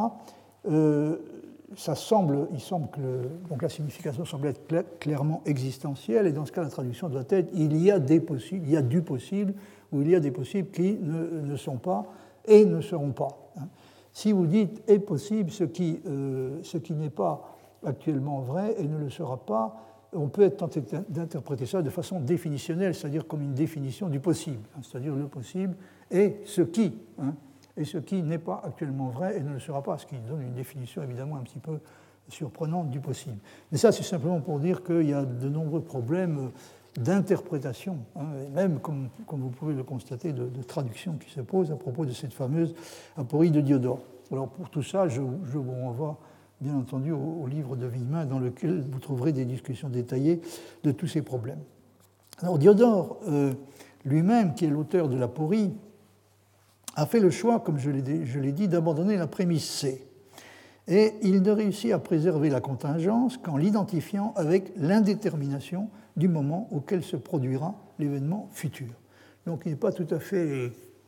Il semble que donc la signification semble être clairement existentielle, et dans ce cas, la traduction doit être il y a des possibles, il y a du possible, ou il y a des possibles qui ne sont pas et ne seront pas. Hein. Si vous dites est possible, ce qui n'est pas actuellement vrai et ne le sera pas, on peut être tenté d'interpréter ça de façon définitionnelle, c'est-à-dire comme une définition du possible, hein, c'est-à-dire le possible est ce qui, hein, et ce qui n'est pas actuellement vrai et ne le sera pas, ce qui donne une définition évidemment un petit peu surprenante du possible. Mais ça, c'est simplement pour dire qu'il y a de nombreux problèmes d'interprétation, hein, et même, comme vous pouvez le constater, de traduction qui se posent à propos de cette fameuse aporie de Diodore. Alors pour tout ça, je vous renvoie bien entendu au livre de Villemin, dans lequel vous trouverez des discussions détaillées de tous ces problèmes. Alors Diodore lui-même, qui est l'auteur de l'aporie, a fait le choix, comme je l'ai dit, d'abandonner la prémisse C. Et il ne réussit à préserver la contingence qu'en l'identifiant avec l'indétermination du moment auquel se produira l'événement futur. Donc il n'est pas tout à fait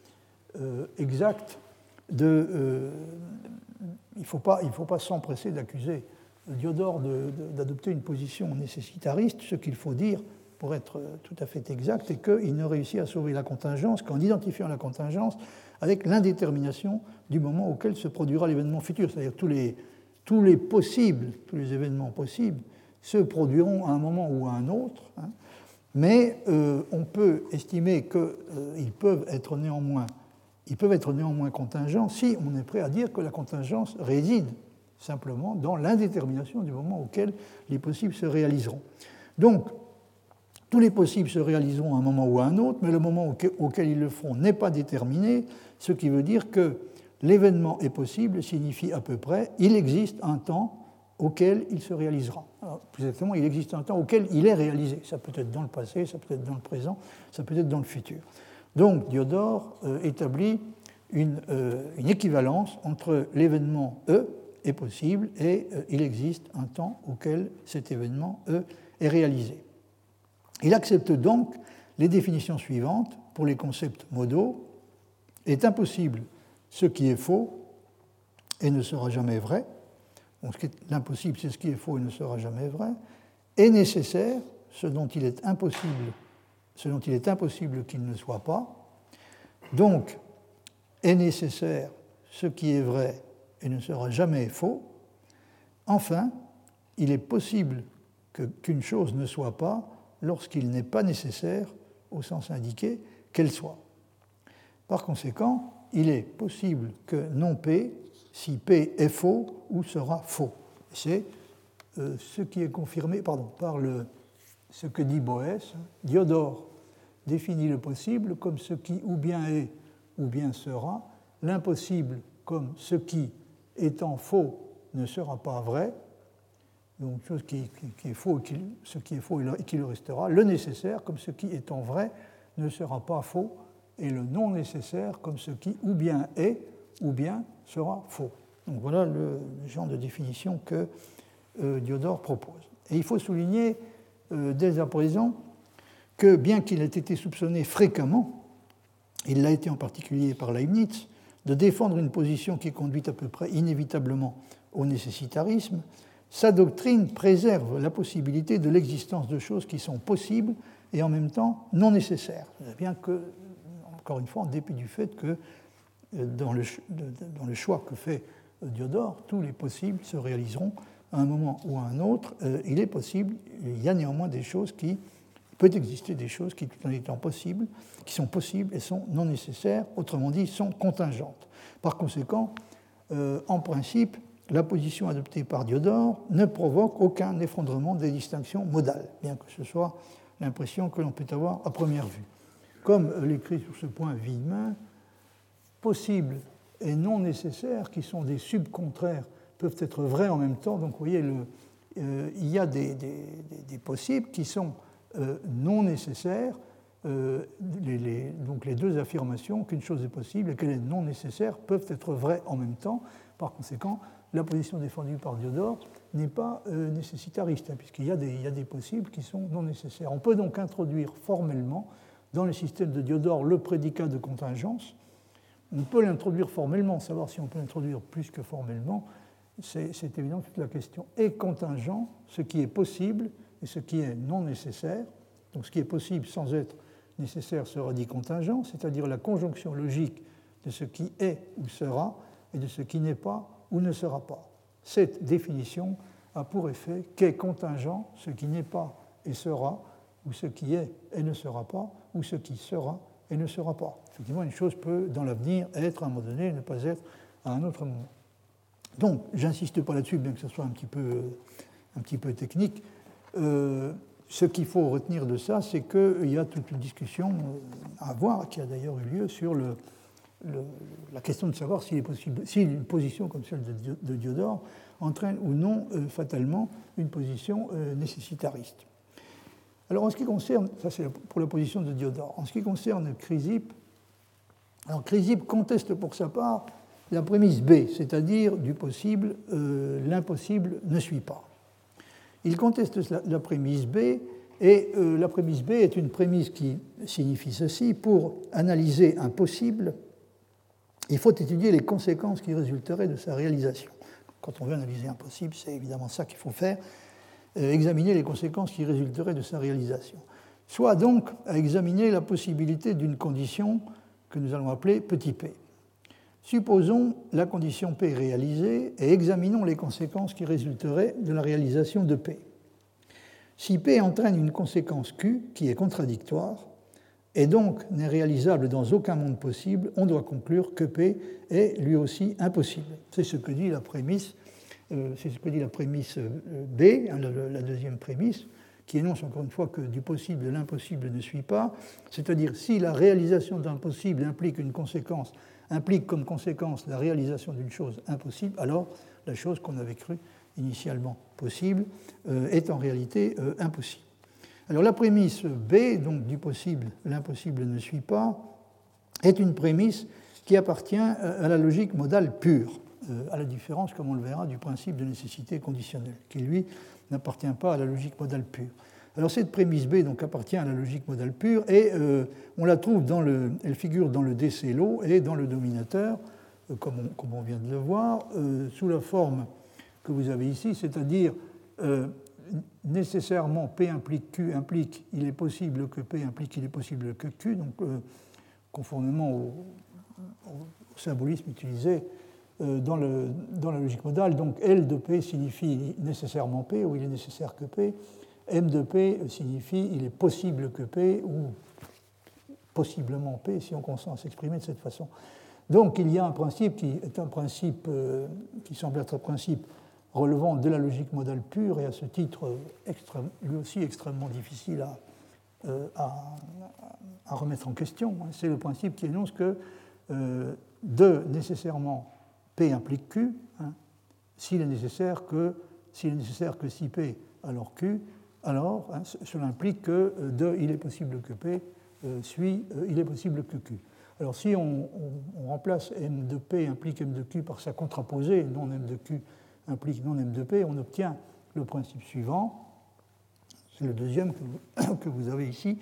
exact de... il ne faut pas s'empresser d'accuser Diodore d'adopter une position nécessitariste. Ce qu'il faut dire, pour être tout à fait exact, est qu'il ne réussit à sauver la contingence qu'en identifiant la contingence avec l'indétermination du moment auquel se produira l'événement futur. C'est-à-dire tous les événements possibles se produiront à un moment ou à un autre, hein, mais on peut estimer qu'ils peuvent être néanmoins contingents si on est prêt à dire que la contingence réside simplement dans l'indétermination du moment auquel les possibles se réaliseront. Donc, tous les possibles se réaliseront à un moment ou à un autre, mais le moment auquel ils le feront n'est pas déterminé, ce qui veut dire que l'événement est possible signifie à peu près il existe un temps auquel il se réalisera. Alors, plus exactement, il existe un temps auquel il est réalisé. Ça peut être dans le passé, ça peut être dans le présent, ça peut être dans le futur. Donc Diodore établit une équivalence entre l'événement E est possible et il existe un temps auquel cet événement E est réalisé. Il accepte donc les définitions suivantes pour les concepts modaux. Est impossible ce qui est faux et ne sera jamais vrai. Donc l'impossible, c'est ce qui est faux et ne sera jamais vrai. Est nécessaire ce dont il est impossible qu'il ne soit pas. Donc, est nécessaire ce qui est vrai et ne sera jamais faux. Enfin, il est possible qu'une chose ne soit pas lorsqu'il n'est pas nécessaire, au sens indiqué, qu'elle soit. Par conséquent, il est possible que non P, si P est faux ou sera faux. C'est ce qui est confirmé par ce que dit Boès. Diodore définit le possible comme ce qui ou bien est ou bien sera, l'impossible comme ce qui, étant faux, ne sera pas vrai, donc chose qui est faux, ce qui est faux et qui le restera, le nécessaire comme ce qui, étant vrai, ne sera pas faux, et le non nécessaire comme ce qui ou bien est ou bien sera faux. Donc voilà le genre de définition que Diodore propose. Et il faut souligner dès à présent que bien qu'il ait été soupçonné fréquemment, il l'a été en particulier par Leibniz, de défendre une position qui conduit à peu près inévitablement au nécessitarisme, sa doctrine préserve la possibilité de l'existence de choses qui sont possibles et en même temps non nécessaires. Bien que, encore une fois, en dépit du fait que dans le choix que fait Diodore, tous les possibles se réaliseront à un moment ou à un autre. Il est possible, il y a néanmoins des choses qui... Il peut exister des choses qui, tout en étant possibles, qui sont possibles et sont non nécessaires, autrement dit, sont contingentes. Par conséquent, en principe, la position adoptée par Diodore ne provoque aucun effondrement des distinctions modales, bien que ce soit l'impression que l'on peut avoir à première vue. Comme l'écrit sur ce point Villemin, possible et non nécessaires, qui sont des subcontraires, peuvent être vrais en même temps. Donc vous voyez, il y a des possibles qui sont non nécessaires. Donc les deux affirmations qu'une chose est possible et qu'elle est non nécessaire peuvent être vraies en même temps. Par conséquent, la position défendue par Diodore n'est pas nécessitariste, puisqu'il y a des possibles qui sont non nécessaires. On peut donc introduire formellement dans le système de Diodore le prédicat de contingence. On peut l'introduire formellement, savoir si on peut l'introduire plus que formellement, c'est évident toute la question. Est contingent ce qui est possible et ce qui est non nécessaire. Donc ce qui est possible sans être nécessaire sera dit contingent, c'est-à-dire la conjonction logique de ce qui est ou sera et de ce qui n'est pas ou ne sera pas. Cette définition a pour effet qu'est contingent ce qui n'est pas et sera, ou ce qui est et ne sera pas, ou ce qui sera et ne sera pas. Effectivement, une chose peut, dans l'avenir, être à un moment donné et ne pas être à un autre moment. Donc, j'insiste pas là-dessus, bien que ce soit un petit peu technique. Ce qu'il faut retenir de ça, c'est qu'il y a toute une discussion à avoir, qui a d'ailleurs eu lieu, sur la question de savoir s'il est possible, si une position comme celle de Diodore entraîne ou non fatalement une position nécessitariste. Alors en ce qui concerne, ça c'est pour la position de Diodore, en ce qui concerne Chrysippe, alors Chrysippe conteste pour sa part la prémisse B, c'est-à-dire du possible, l'impossible ne suit pas. Il conteste la prémisse B, et la prémisse B est une prémisse qui signifie ceci: pour analyser un possible, il faut étudier les conséquences qui résulteraient de sa réalisation. Quand on veut analyser un possible, c'est évidemment ça qu'il faut faire, examiner les conséquences qui résulteraient de sa réalisation. Soit donc à examiner la possibilité d'une condition que nous allons appeler petit p. Supposons la condition P réalisée et examinons les conséquences qui résulteraient de la réalisation de P. Si P entraîne une conséquence Q qui est contradictoire et donc n'est réalisable dans aucun monde possible, on doit conclure que P est lui aussi impossible. C'est ce que dit la prémisse, B, la deuxième prémisse, qui énonce encore une fois que du possible l'impossible ne suit pas, c'est-à-dire si la réalisation d'un possible implique comme conséquence la réalisation d'une chose impossible, alors la chose qu'on avait crue initialement possible est en réalité impossible. Alors la prémisse B, donc du possible, l'impossible ne suit pas, est une prémisse qui appartient à la logique modale pure, à la différence, comme on le verra, du principe de nécessité conditionnelle, qui lui n'appartient pas à la logique modale pure. Alors cette prémisse B donc, appartient à la logique modale pure et on la trouve elle figure dans le décélo et dans le dominateur, comme on vient de le voir, sous la forme que vous avez ici, c'est-à-dire nécessairement P implique Q implique il est possible que P implique il est possible que Q, donc conformément au symbolisme utilisé dans la logique modale, donc L de P signifie nécessairement P, ou il est nécessaire que P, M de P signifie il est possible que P, ou possiblement P, si on consent à s'exprimer de cette façon. Donc il y a un principe qui est un principe qui semble être un principe relevant de la logique modale pure, et à ce titre lui aussi extrêmement difficile à remettre en question. C'est le principe qui énonce que nécessairement P implique Q, s'il est nécessaire que si P alors Q, alors cela implique que il est possible que P suit il est possible que Q. Alors si on remplace M de P implique M de Q par sa contraposée, non M de Q implique non M de P, on obtient le principe suivant, c'est le deuxième que vous avez ici,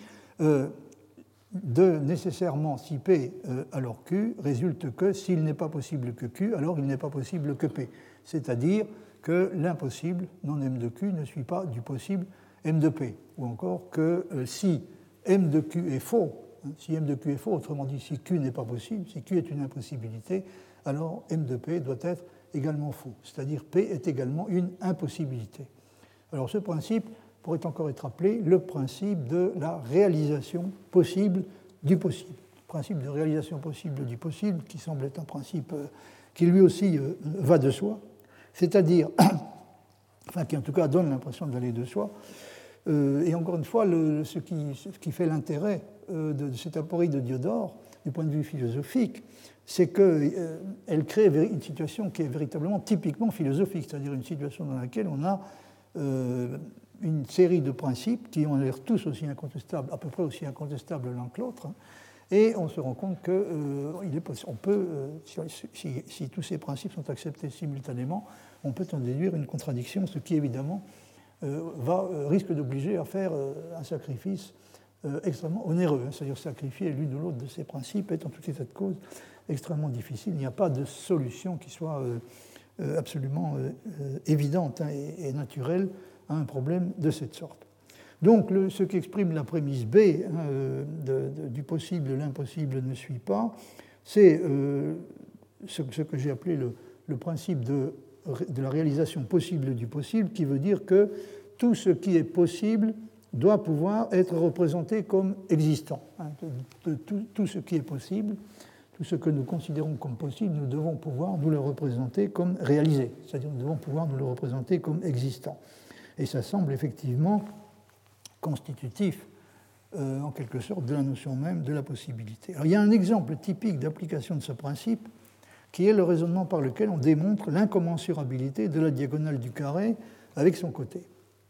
de nécessairement si P alors Q résulte que s'il n'est pas possible que Q, alors il n'est pas possible que P. C'est-à-dire que l'impossible, non M de Q, ne suit pas du possible M de P. Ou encore que si M de Q est faux, si M de Q est faux, autrement dit si Q n'est pas possible, si Q est une impossibilité, alors M de P doit être également faux. C'est-à-dire P est également une impossibilité. Alors ce principe pourrait encore être appelé le principe de la réalisation possible du possible. Le principe de réalisation possible du possible, qui semble être un principe qui lui aussi va de soi, c'est-à-dire, enfin qui en tout cas donne l'impression d'aller de soi. Et encore une fois, ce qui fait l'intérêt de cette aporie de Diodore, du point de vue philosophique, c'est qu'elle crée une situation qui est véritablement typiquement philosophique, c'est-à-dire une situation dans laquelle on a une série de principes qui ont l'air tous aussi incontestables, à peu près aussi incontestables l'un que l'autre, hein, et on se rend compte qu'on peut, si tous ces principes sont acceptés simultanément, on peut en déduire une contradiction, ce qui évidemment risque d'obliger à faire un sacrifice extrêmement onéreux, hein, c'est-à-dire sacrifier l'une ou l'autre de ces principes est en tout état de cause extrêmement difficile. Il n'y a pas de solution qui soit absolument évidente, hein, et naturelle à un problème de cette sorte. Donc ce qu'exprime la prémisse B, hein, du possible, de l'impossible ne suit pas, c'est ce que j'ai appelé le principe de la réalisation possible du possible, qui veut dire que tout ce qui est possible doit pouvoir être représenté comme existant. Hein, tout ce qui est possible, tout ce que nous considérons comme possible, nous devons pouvoir nous le représenter comme réalisé, c'est-à-dire nous devons pouvoir nous le représenter comme existant. Et ça semble effectivement constitutif, en quelque sorte, de la notion même de la possibilité. Alors, il y a un exemple typique d'application de ce principe, qui est le raisonnement par lequel on démontre l'incommensurabilité de la diagonale du carré avec son côté.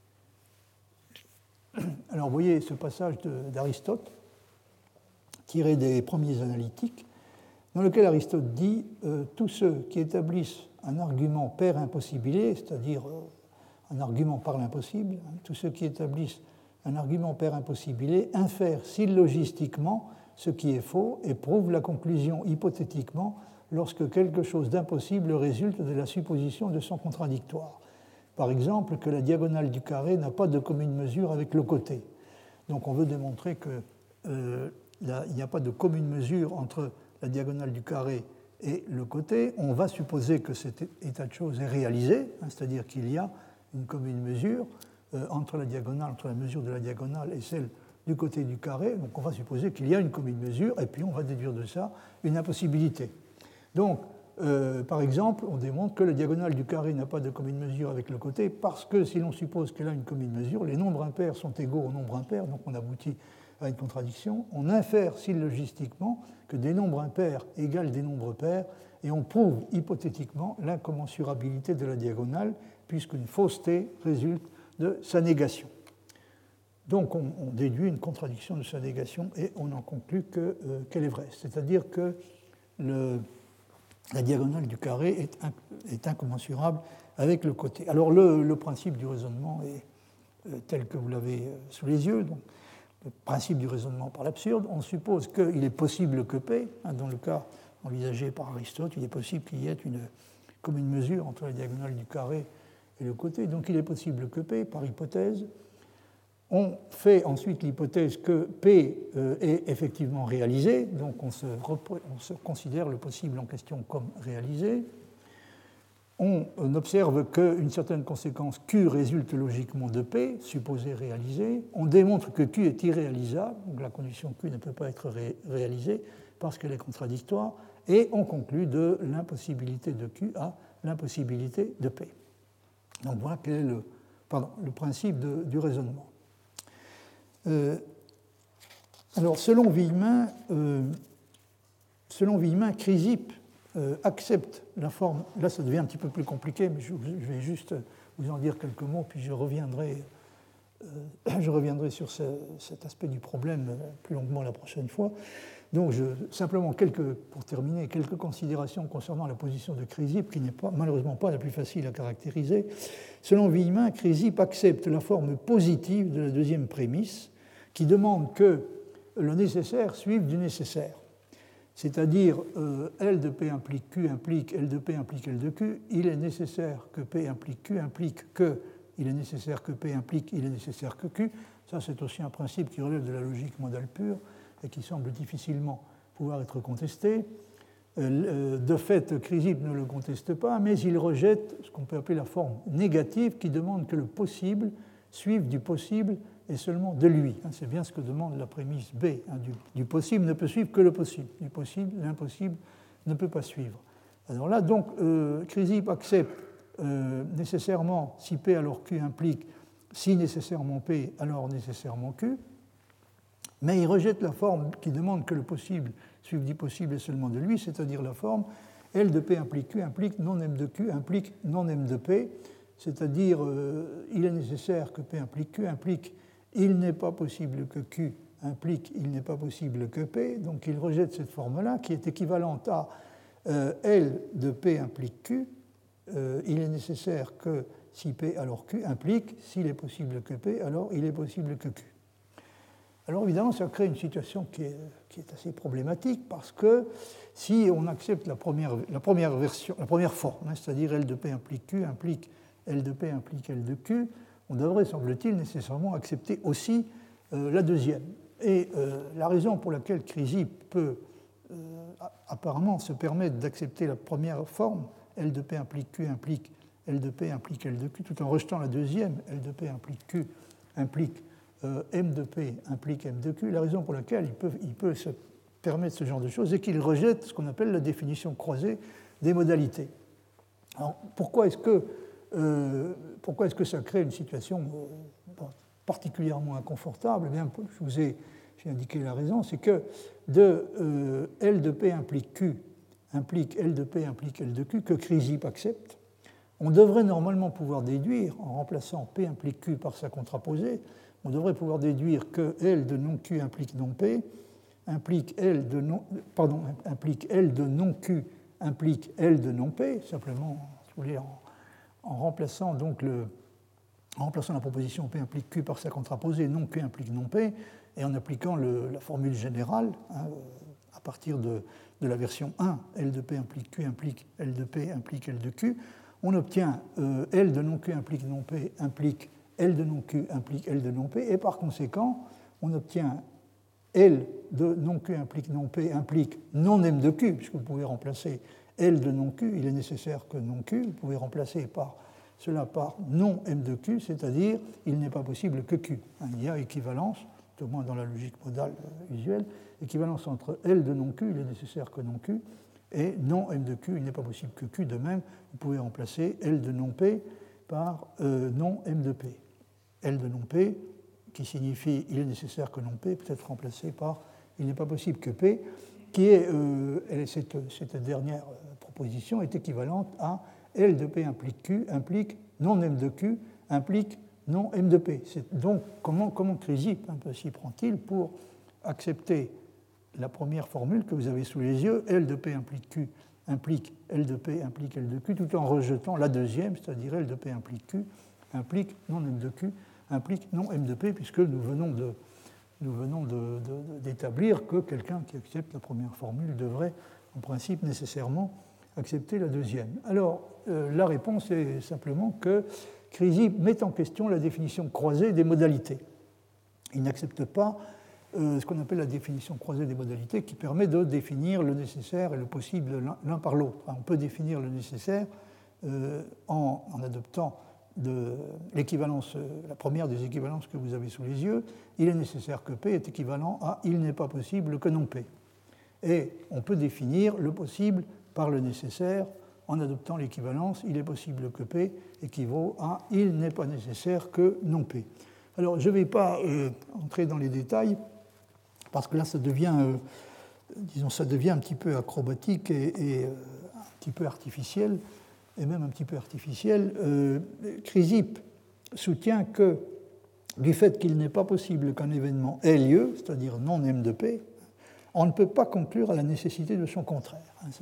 Alors, vous voyez ce passage d'Aristote, tiré des Premiers Analytiques, dans lequel Aristote dit tous ceux qui établissent un argument per impossibile, c'est-à-dire un argument par l'impossible, hein, tous ceux qui établissent un argument per impossibile infèrent syllogistiquement ce qui est faux et prouvent la conclusion hypothétiquement lorsque quelque chose d'impossible résulte de la supposition de son contradictoire. Par exemple, que la diagonale du carré n'a pas de commune mesure avec le côté. Donc on veut démontrer qu'il n'y a pas de commune mesure entre la diagonale du carré et le côté. On va supposer que cet état de choses est réalisé, hein, c'est-à-dire qu'il y a une commune mesure entre la mesure de la diagonale et celle du côté du carré. Donc on va supposer qu'il y a une commune mesure, et puis on va déduire de ça une impossibilité. Donc, par exemple, on démontre que la diagonale du carré n'a pas de commune mesure avec le côté, parce que si l'on suppose qu'elle a une commune mesure, les nombres impairs sont égaux aux nombres impairs, donc on aboutit à une contradiction. On infère syllogistiquement que des nombres impairs égalent des nombres pairs, et on prouve hypothétiquement l'incommensurabilité de la diagonale, puisqu'une fausseté résulte de sa négation. Donc on déduit une contradiction de sa négation et on en conclut qu'elle est vraie. C'est-à-dire que la diagonale du carré est incommensurable avec le côté. Alors le principe du raisonnement est tel que vous l'avez sous les yeux, donc le principe du raisonnement par l'absurde. On suppose qu'il est possible que P, hein, dans le cas envisagé par Aristote, il est possible qu'il y ait une commune mesure entre la diagonale du carré et le côté. Donc il est possible que P, par hypothèse, on fait ensuite l'hypothèse que P est effectivement réalisé, donc on se considère le possible en question comme réalisé. On observe qu'une certaine conséquence Q résulte logiquement de P, supposée réalisée. On démontre que Q est irréalisable, donc la condition Q ne peut pas être réalisée parce qu'elle est contradictoire, et on conclut de l'impossibilité de Q à l'impossibilité de P. Donc voilà quel est le principe du raisonnement. Alors, selon Villemin, Chrysippe accepte la forme. Là, ça devient un petit peu plus compliqué, mais je vais juste vous en dire quelques mots, puis je reviendrai sur cet aspect du problème plus longuement la prochaine fois. Donc, simplement, pour terminer, quelques considérations concernant la position de Chrysippe, qui n'est malheureusement pas la plus facile à caractériser. Selon Villemin, Chrysippe accepte la forme positive de la deuxième prémisse, qui demande que le nécessaire suive du nécessaire. C'est-à-dire, L de P implique Q implique L de P implique L de Q, il est nécessaire que P implique Q implique que, il est nécessaire que P implique, il est nécessaire que Q. Ça, c'est aussi un principe qui relève de la logique modale pure et qui semble difficilement pouvoir être contesté. De fait, Chrysippe ne le conteste pas, mais il rejette ce qu'on peut appeler la forme négative qui demande que le possible suive du possible et seulement de lui. C'est bien ce que demande la prémisse B. Du possible ne peut suivre que le possible. Du possible, l'impossible ne peut pas suivre. Alors là, donc, Chrysippe accepte nécessairement si P alors Q implique, si nécessairement P alors nécessairement Q, mais il rejette la forme qui demande que le possible suivent dit possible et seulement de lui, c'est-à-dire la forme L de P implique Q implique non M de Q implique non M de P, c'est-à-dire il est nécessaire que P implique Q implique il n'est pas possible que Q implique il n'est pas possible que P, donc il rejette cette forme-là qui est équivalente à L de P implique Q, il est nécessaire que si P alors Q implique, s'il est possible que P, alors il est possible que Q. Alors évidemment, ça crée une situation qui est assez problématique parce que si on accepte la première version, la première forme, c'est-à-dire L de P implique Q implique L de P implique L de Q, on devrait, semble-t-il, nécessairement accepter aussi la deuxième. Et la raison pour laquelle Chrysippe peut apparemment se permettre d'accepter la première forme, L de P implique Q implique L de P implique L de Q, tout en rejetant la deuxième, L de P implique Q implique M de P implique M de Q, la raison pour laquelle il peut se permettre ce genre de choses, c'est qu'il rejette ce qu'on appelle la définition croisée des modalités. Alors, pourquoi est-ce que ça crée une situation particulièrement inconfortable? Eh bien, j'ai indiqué la raison, c'est que de L de P implique Q implique L de P implique L de Q, que Chrysippe accepte, on devrait normalement pouvoir déduire, en remplaçant P implique Q par sa contraposée, on devrait pouvoir déduire que L de non Q implique non P, implique L de non Q implique L de non P, simplement si vous voulez, en remplaçant donc en remplaçant la proposition P implique Q par sa contraposée, non Q implique non P, et en appliquant la formule générale, à partir de la version 1, L de P implique Q implique L de P implique L de Q, on obtient L de non Q implique non P implique L de non Q implique L de non P, et par conséquent, on obtient L de non Q implique non P implique non M de Q, puisque vous pouvez remplacer L de non Q, il est nécessaire que non Q, vous pouvez remplacer cela par non M de Q, c'est-à-dire il n'est pas possible que Q. Il y a équivalence, au moins dans la logique modale usuelle, équivalence entre L de non Q, il est nécessaire que non Q, et non M de Q, il n'est pas possible que Q. De même, vous pouvez remplacer L de non P par non M de P. L de non P, qui signifie il est nécessaire que non P, peut être remplacé par il n'est pas possible que P, qui est, cette dernière proposition est équivalente à L de P implique Q, implique non M de Q, implique non M de P. Donc, comment Chrysippe s'y prend-il pour accepter la première formule que vous avez sous les yeux, L de P implique Q, implique L de P implique L de Q, tout en rejetant la deuxième, c'est-à-dire L de P implique Q, implique non M de Q, implique non M de P, puisque nous venons d'établir que quelqu'un qui accepte la première formule devrait, en principe, nécessairement accepter la deuxième. Alors, la réponse est simplement que Chrysippe met en question la définition croisée des modalités. Il n'accepte pas ce qu'on appelle la définition croisée des modalités, qui permet de définir le nécessaire et le possible l'un par l'autre. On peut définir le nécessaire en adoptant l'équivalence, la première des équivalences que vous avez sous les yeux. Il est nécessaire que P est équivalent à il n'est pas possible que non P. Et on peut définir le possible par le nécessaire en adoptant l'équivalence il est possible que P équivaut à il n'est pas nécessaire que non P. Alors je ne vais pas entrer dans les détails parce que là ça devient, ça devient un petit peu acrobatique et un petit peu artificiel, et même un petit peu artificiel. Chrysippe soutient que du fait qu'il n'est pas possible qu'un événement ait lieu, c'est-à-dire non M de P, on ne peut pas conclure à la nécessité de son contraire.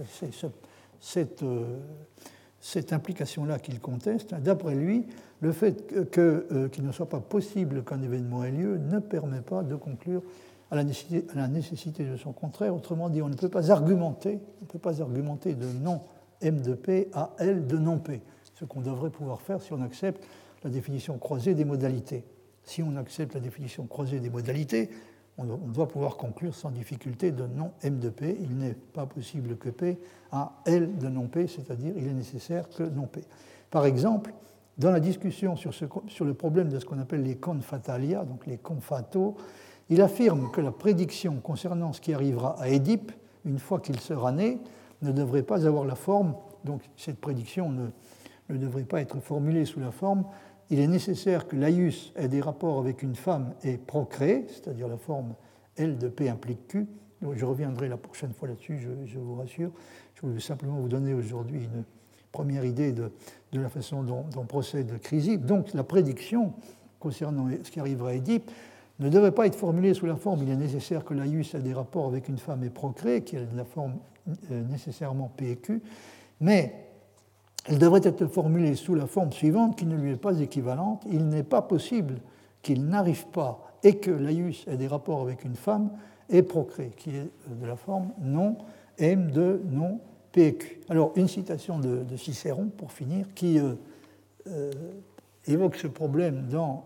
C'est cette implication-là qu'il conteste. D'après lui, le fait qu'il ne soit pas possible qu'un événement ait lieu ne permet pas de conclure à la nécessité de son contraire. Autrement dit, on ne peut pas argumenter de non M de P à L de non P, ce qu'on devrait pouvoir faire si on accepte la définition croisée des modalités. Si on accepte la définition croisée des modalités, on doit pouvoir conclure sans difficulté de non M de P. Il n'est pas possible que P à L de non P, c'est-à-dire il est nécessaire que non P. Par exemple, dans la discussion sur le problème de ce qu'on appelle les confatalia, donc les confatos, il affirme que la prédiction concernant ce qui arrivera à Édipe, une fois qu'il sera né, ne devrait pas avoir la forme, donc cette prédiction ne devrait pas être formulée sous la forme il est nécessaire que Laïus ait des rapports avec une femme et procrée, c'est-à-dire la forme L de P implique Q, Donc, je reviendrai la prochaine fois là-dessus, je vous rassure. Je voulais simplement vous donner aujourd'hui une première idée de la façon dont procède Chrysippe. Donc la prédiction concernant ce qui arrivera à Édipe ne devait pas être formulée sous la forme « il est nécessaire que Laïus ait des rapports avec une femme et procrée », qui est de la forme nécessairement PQ, mais elle devrait être formulée sous la forme suivante qui ne lui est pas équivalente. Il n'est pas possible qu'il n'arrive pas et que Laïus ait des rapports avec une femme et procrée, qui est de la forme non M2 non PQ. Alors, une citation de Cicéron, pour finir, qui évoque ce problème dans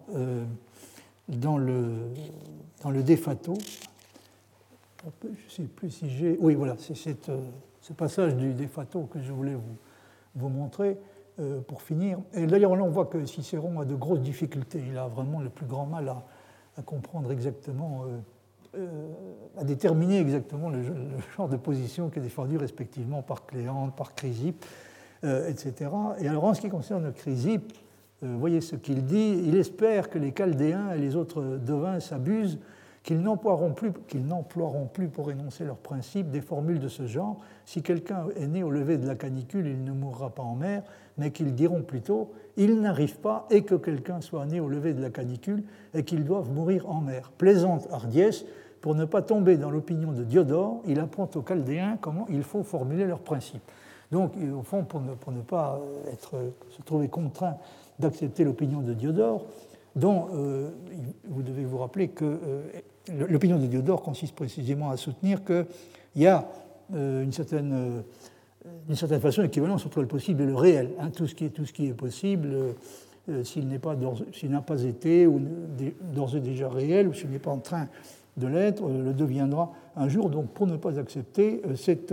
le De Fato. Je ne sais plus si j'ai... Oui, voilà, c'est ce passage du De Fato que je voulais vous montrer pour finir. Et d'ailleurs, là, on voit que Cicéron a de grosses difficultés. Il a vraiment le plus grand mal à comprendre exactement... à déterminer exactement le genre de position qui est défendu respectivement par Cléante, par Chrysippe, etc. Et alors en ce qui concerne Chrysippe, voyez ce qu'il dit, il espère que les Chaldéens et les autres devins s'abusent, qu'ils n'emploieront plus pour énoncer leurs principes des formules de ce genre. Si quelqu'un est né au lever de la canicule, il ne mourra pas en mer, mais qu'ils diront plutôt « il n'arrive pas et que quelqu'un soit né au lever de la canicule et qu'ils doivent mourir en mer ». Plaisante hardiesse, pour ne pas tomber dans l'opinion de Diodore, il apprend aux Chaldéens comment il faut formuler leurs principes. Donc, au fond, pour ne pas se trouver contraint d'accepter l'opinion de Diodore, dont vous devez vous rappeler que l'opinion de Diodore consiste précisément à soutenir qu'il y a d'une certaine façon l'équivalence entre le possible et le réel. Hein, tout ce qui est possible, s'il n'a pas été ou d'ores et déjà réel, ou s'il n'est pas en train de l'être, le deviendra un jour. Donc, pour ne pas accepter cette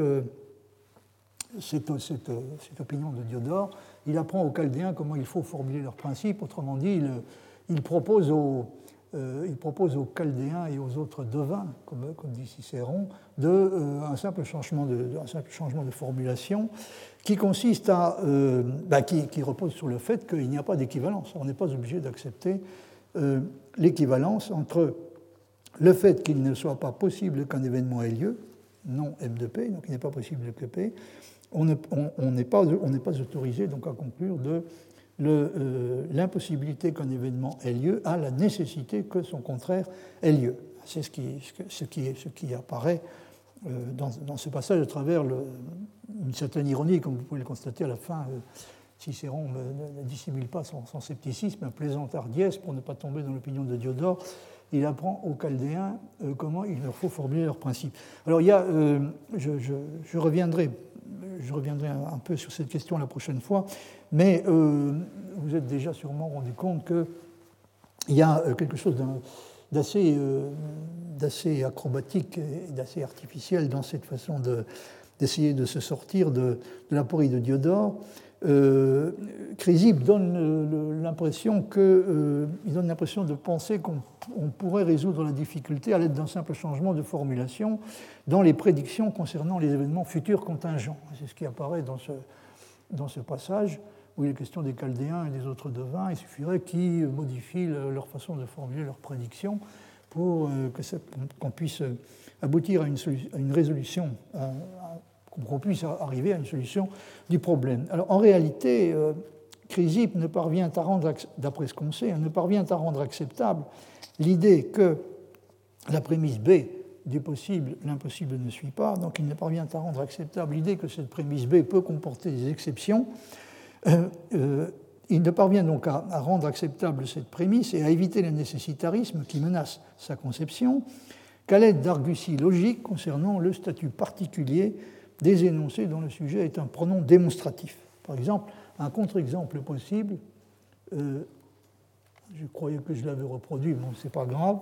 opinion de Diodore, il apprend aux Chaldéens comment il faut formuler leurs principes. Autrement dit, il propose aux Chaldéens et aux autres devins, comme dit Cicéron, un simple changement de formulation qui consiste qui repose sur le fait qu'il n'y a pas d'équivalence. On n'est pas obligé d'accepter l'équivalence entre le fait qu'il ne soit pas possible qu'un événement ait lieu, non M2P, donc il n'est pas possible que P, on n'est pas autorisé donc à conclure de l'impossibilité qu'un événement ait lieu à la nécessité que son contraire ait lieu. C'est ce qui apparaît dans ce passage à travers une certaine ironie, comme vous pouvez le constater à la fin. Cicéron ne dissimule pas son scepticisme, un plaisante hardiesse pour ne pas tomber dans l'opinion de Diodore. Il apprend aux Chaldéens comment il leur faut formuler leurs principes. Alors, je reviendrai un peu sur cette question la prochaine fois, mais vous êtes déjà sûrement rendu compte qu'il y a quelque chose d'assez acrobatique et d'assez artificiel dans cette façon d'essayer de se sortir de l'aporie de Diodore. Chrysippe donne l'impression de penser qu'on pourrait résoudre la difficulté à l'aide d'un simple changement de formulation dans les prédictions concernant les événements futurs contingents. C'est ce qui apparaît dans ce passage où il est question des Chaldéens et des autres devins. Il suffirait qu'ils modifient leur façon de formuler leurs prédictions pour qu'on puisse aboutir à une résolution, qu'on puisse arriver à une solution du problème. Alors, en réalité, Chrysippe ne parvient à rendre, d'après ce qu'on sait, ne parvient à rendre acceptable l'idée que la prémisse B du possible, l'impossible ne suit pas, donc il ne parvient à rendre acceptable l'idée que cette prémisse B peut comporter des exceptions. Il ne parvient donc à rendre acceptable cette prémisse et à éviter le nécessitarisme qui menace sa conception qu'à l'aide d'arguties logiques concernant le statut particulier des énoncés dont le sujet est un pronom démonstratif. Par exemple, un contre-exemple possible, je croyais que je l'avais reproduit, mais ce n'est pas grave.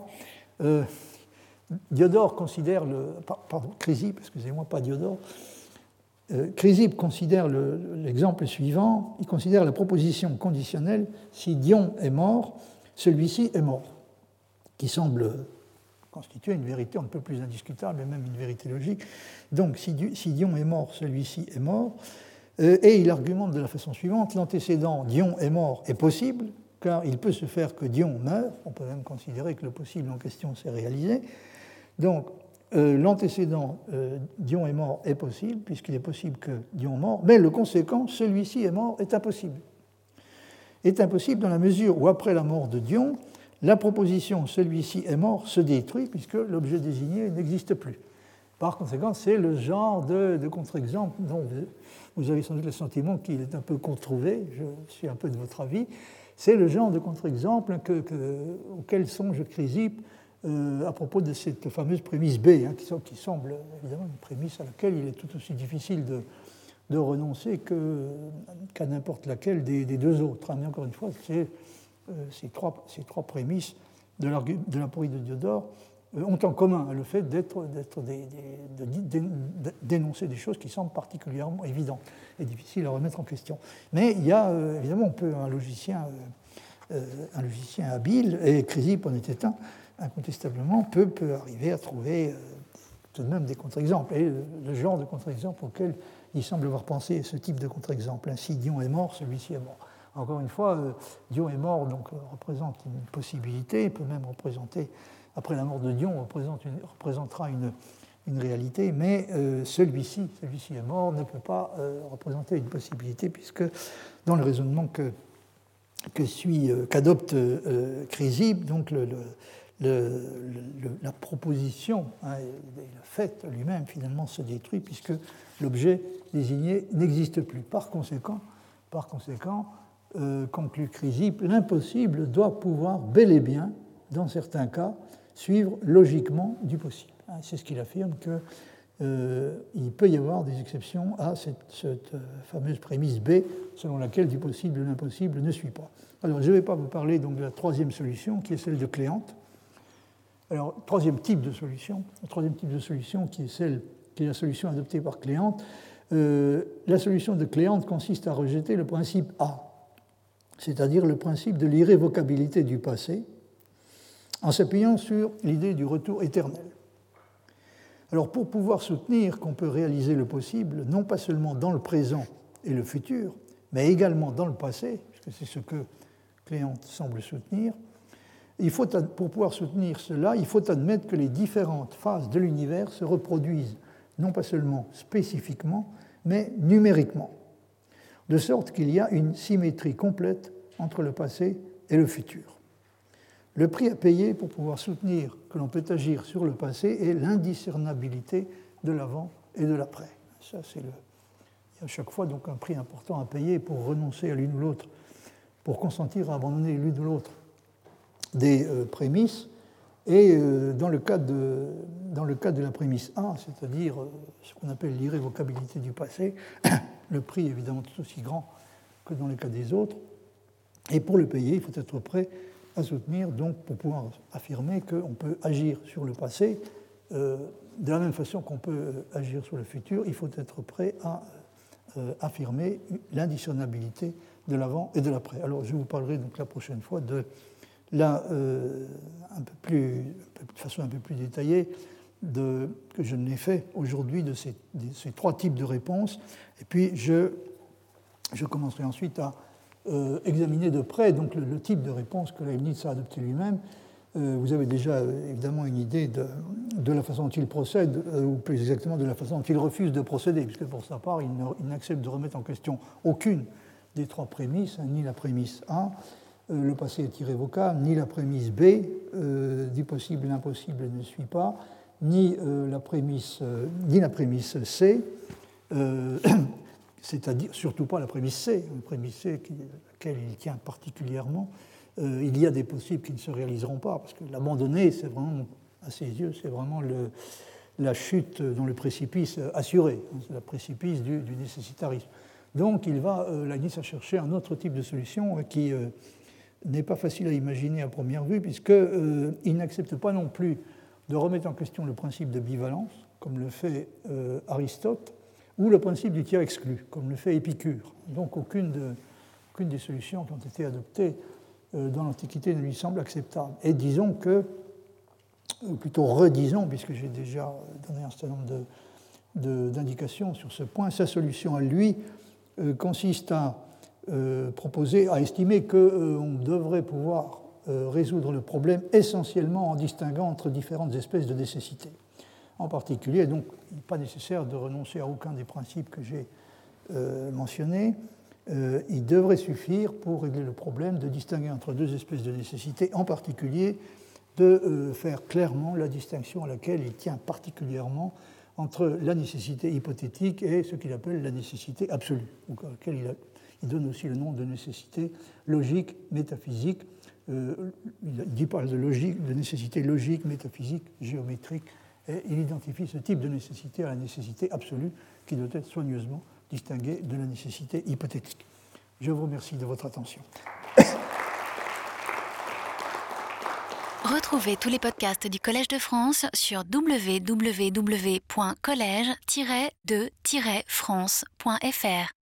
Diodore considère Chrysippe, excusez-moi, pas Diodore. Chrysippe considère l'exemple suivant, il considère la proposition conditionnelle si Dion est mort, celui-ci est mort, qui semble constituer une vérité on ne peut plus indiscutable, et même une vérité logique. Donc, si Dion est mort, celui-ci est mort. Et il argumente de la façon suivante, l'antécédent Dion est mort est possible, car il peut se faire que Dion meure. On peut même considérer que le possible en question s'est réalisé. Donc, l'antécédent Dion est mort est possible, puisqu'il est possible que Dion mort, mais le conséquent, celui-ci est mort, est impossible. Est impossible dans la mesure où, après la mort de Dion, la proposition celui-ci est mort se détruit, puisque l'objet désigné n'existe plus. Par conséquent, c'est le genre de contre-exemple dont vous avez sans doute le sentiment qu'il est un peu controuvé, je suis un peu de votre avis. C'est le genre de contre-exemple auquel songe Chrysippe à propos de cette fameuse prémisse B, hein, qui semble évidemment une prémisse à laquelle il est tout aussi difficile de renoncer qu'à n'importe laquelle des deux autres. Mais encore une fois, ces trois prémisses de l'aporie de Diodore ont en commun le fait d'énoncer des choses qui semblent particulièrement évidentes et difficiles à remettre en question. Mais il y a, évidemment, un logicien habile, et Chrysippe en était un, incontestablement, peut arriver à trouver tout de même des contre-exemples. Et le genre de contre-exemple auquel il semble avoir pensé ce type de contre-exemple. Si Dion est mort, celui-ci est mort. Encore une fois, Dion est mort, donc représente une possibilité, il peut même représenter, après la mort de Dion, représentera une réalité, mais celui-ci est mort, ne peut pas représenter une possibilité, puisque dans le raisonnement qu'adopte Chrysippe, donc la proposition, hein, le fait lui-même finalement se détruit, puisque l'objet désigné n'existe plus. Par conséquent, conclut Chrysippe, l'impossible doit pouvoir bel et bien, dans certains cas, suivre logiquement du possible. C'est ce qu'il affirme, qu'il peut y avoir des exceptions à cette fameuse prémisse B, selon laquelle du possible l'impossible ne suit pas. Alors, je ne vais pas vous parler donc de la troisième solution, qui est celle de Cléante. Alors, troisième type de solution qui est la solution adoptée par Cléante. La solution de Cléante consiste à rejeter le principe A, c'est-à-dire le principe de l'irrévocabilité du passé, en s'appuyant sur l'idée du retour éternel. Alors, pour pouvoir soutenir qu'on peut réaliser le possible, non pas seulement dans le présent et le futur, mais également dans le passé, puisque c'est ce que Cléante semble soutenir, pour pouvoir soutenir cela, il faut admettre que les différentes phases de l'univers se reproduisent, non pas seulement spécifiquement, mais numériquement, de sorte qu'il y a une symétrie complète entre le passé et le futur. Le prix à payer pour pouvoir soutenir que l'on peut agir sur le passé est l'indiscernabilité de l'avant et de l'après. Ça, il y a à chaque fois donc un prix important à payer pour renoncer à l'une ou l'autre, pour consentir à abandonner l'une ou l'autre des prémisses. Et dans le cas de la prémisse A, c'est-à-dire ce qu'on appelle l'irrévocabilité du passé, le prix est évidemment tout aussi grand que dans le cas des autres. Et pour le payer, il faut être prêt à soutenir, donc pour pouvoir affirmer qu'on peut agir sur le passé de la même façon qu'on peut agir sur le futur, il faut être prêt à affirmer l'indiscernabilité de l'avant et de l'après. Alors je vous parlerai donc la prochaine fois de façon un peu plus détaillée que je ne l'ai fait aujourd'hui de ces trois types de réponses. Et puis je commencerai ensuite à examiner de près donc, le type de réponse que Leibniz a adopté lui-même. Vous avez déjà évidemment une idée de la façon dont il procède, ou plus exactement de la façon dont il refuse de procéder, puisque pour sa part, il n'accepte de remettre en question aucune des trois prémisses, hein, ni la prémisse A, le passé est irrévocable, ni la prémisse B, du possible et l'impossible ne suit pas, ni la prémisse C, c'est-à-dire surtout pas la prémisse C, une prémisse C à laquelle il tient particulièrement. Il y a des possibles qui ne se réaliseront pas, parce que l'abandonner, c'est vraiment, à ses yeux, c'est vraiment la chute dans le précipice assuré, c'est le précipice du nécessitarisme. Donc il va, Leibniz, à chercher un autre type de solution qui n'est pas facile à imaginer à première vue, puisqu'il n'accepte pas non plus de remettre en question le principe de bivalence, comme le fait Aristote, ou le principe du tiers exclu, comme le fait Épicure. Donc aucune des solutions qui ont été adoptées dans l'Antiquité ne lui semble acceptable. Et disons que, ou plutôt redisons, puisque j'ai déjà donné un certain nombre d'indications sur ce point, sa solution à lui consiste à estimer qu'on devrait pouvoir résoudre le problème essentiellement en distinguant entre différentes espèces de nécessité. en particulier. Donc, il n'est pas nécessaire de renoncer à aucun des principes que j'ai mentionnés. Il devrait suffire pour régler le problème de distinguer entre deux espèces de nécessité, en particulier de faire clairement la distinction à laquelle il tient particulièrement entre la nécessité hypothétique et ce qu'il appelle la nécessité absolue, à laquelle il donne aussi le nom de nécessité logique, métaphysique. Il parle de nécessité logique, métaphysique, géométrique, et il identifie ce type de nécessité à la nécessité absolue qui doit être soigneusement distinguée de la nécessité hypothétique. Je vous remercie de votre attention. Retrouvez tous les podcasts du Collège de France sur www.collège-de-france.fr.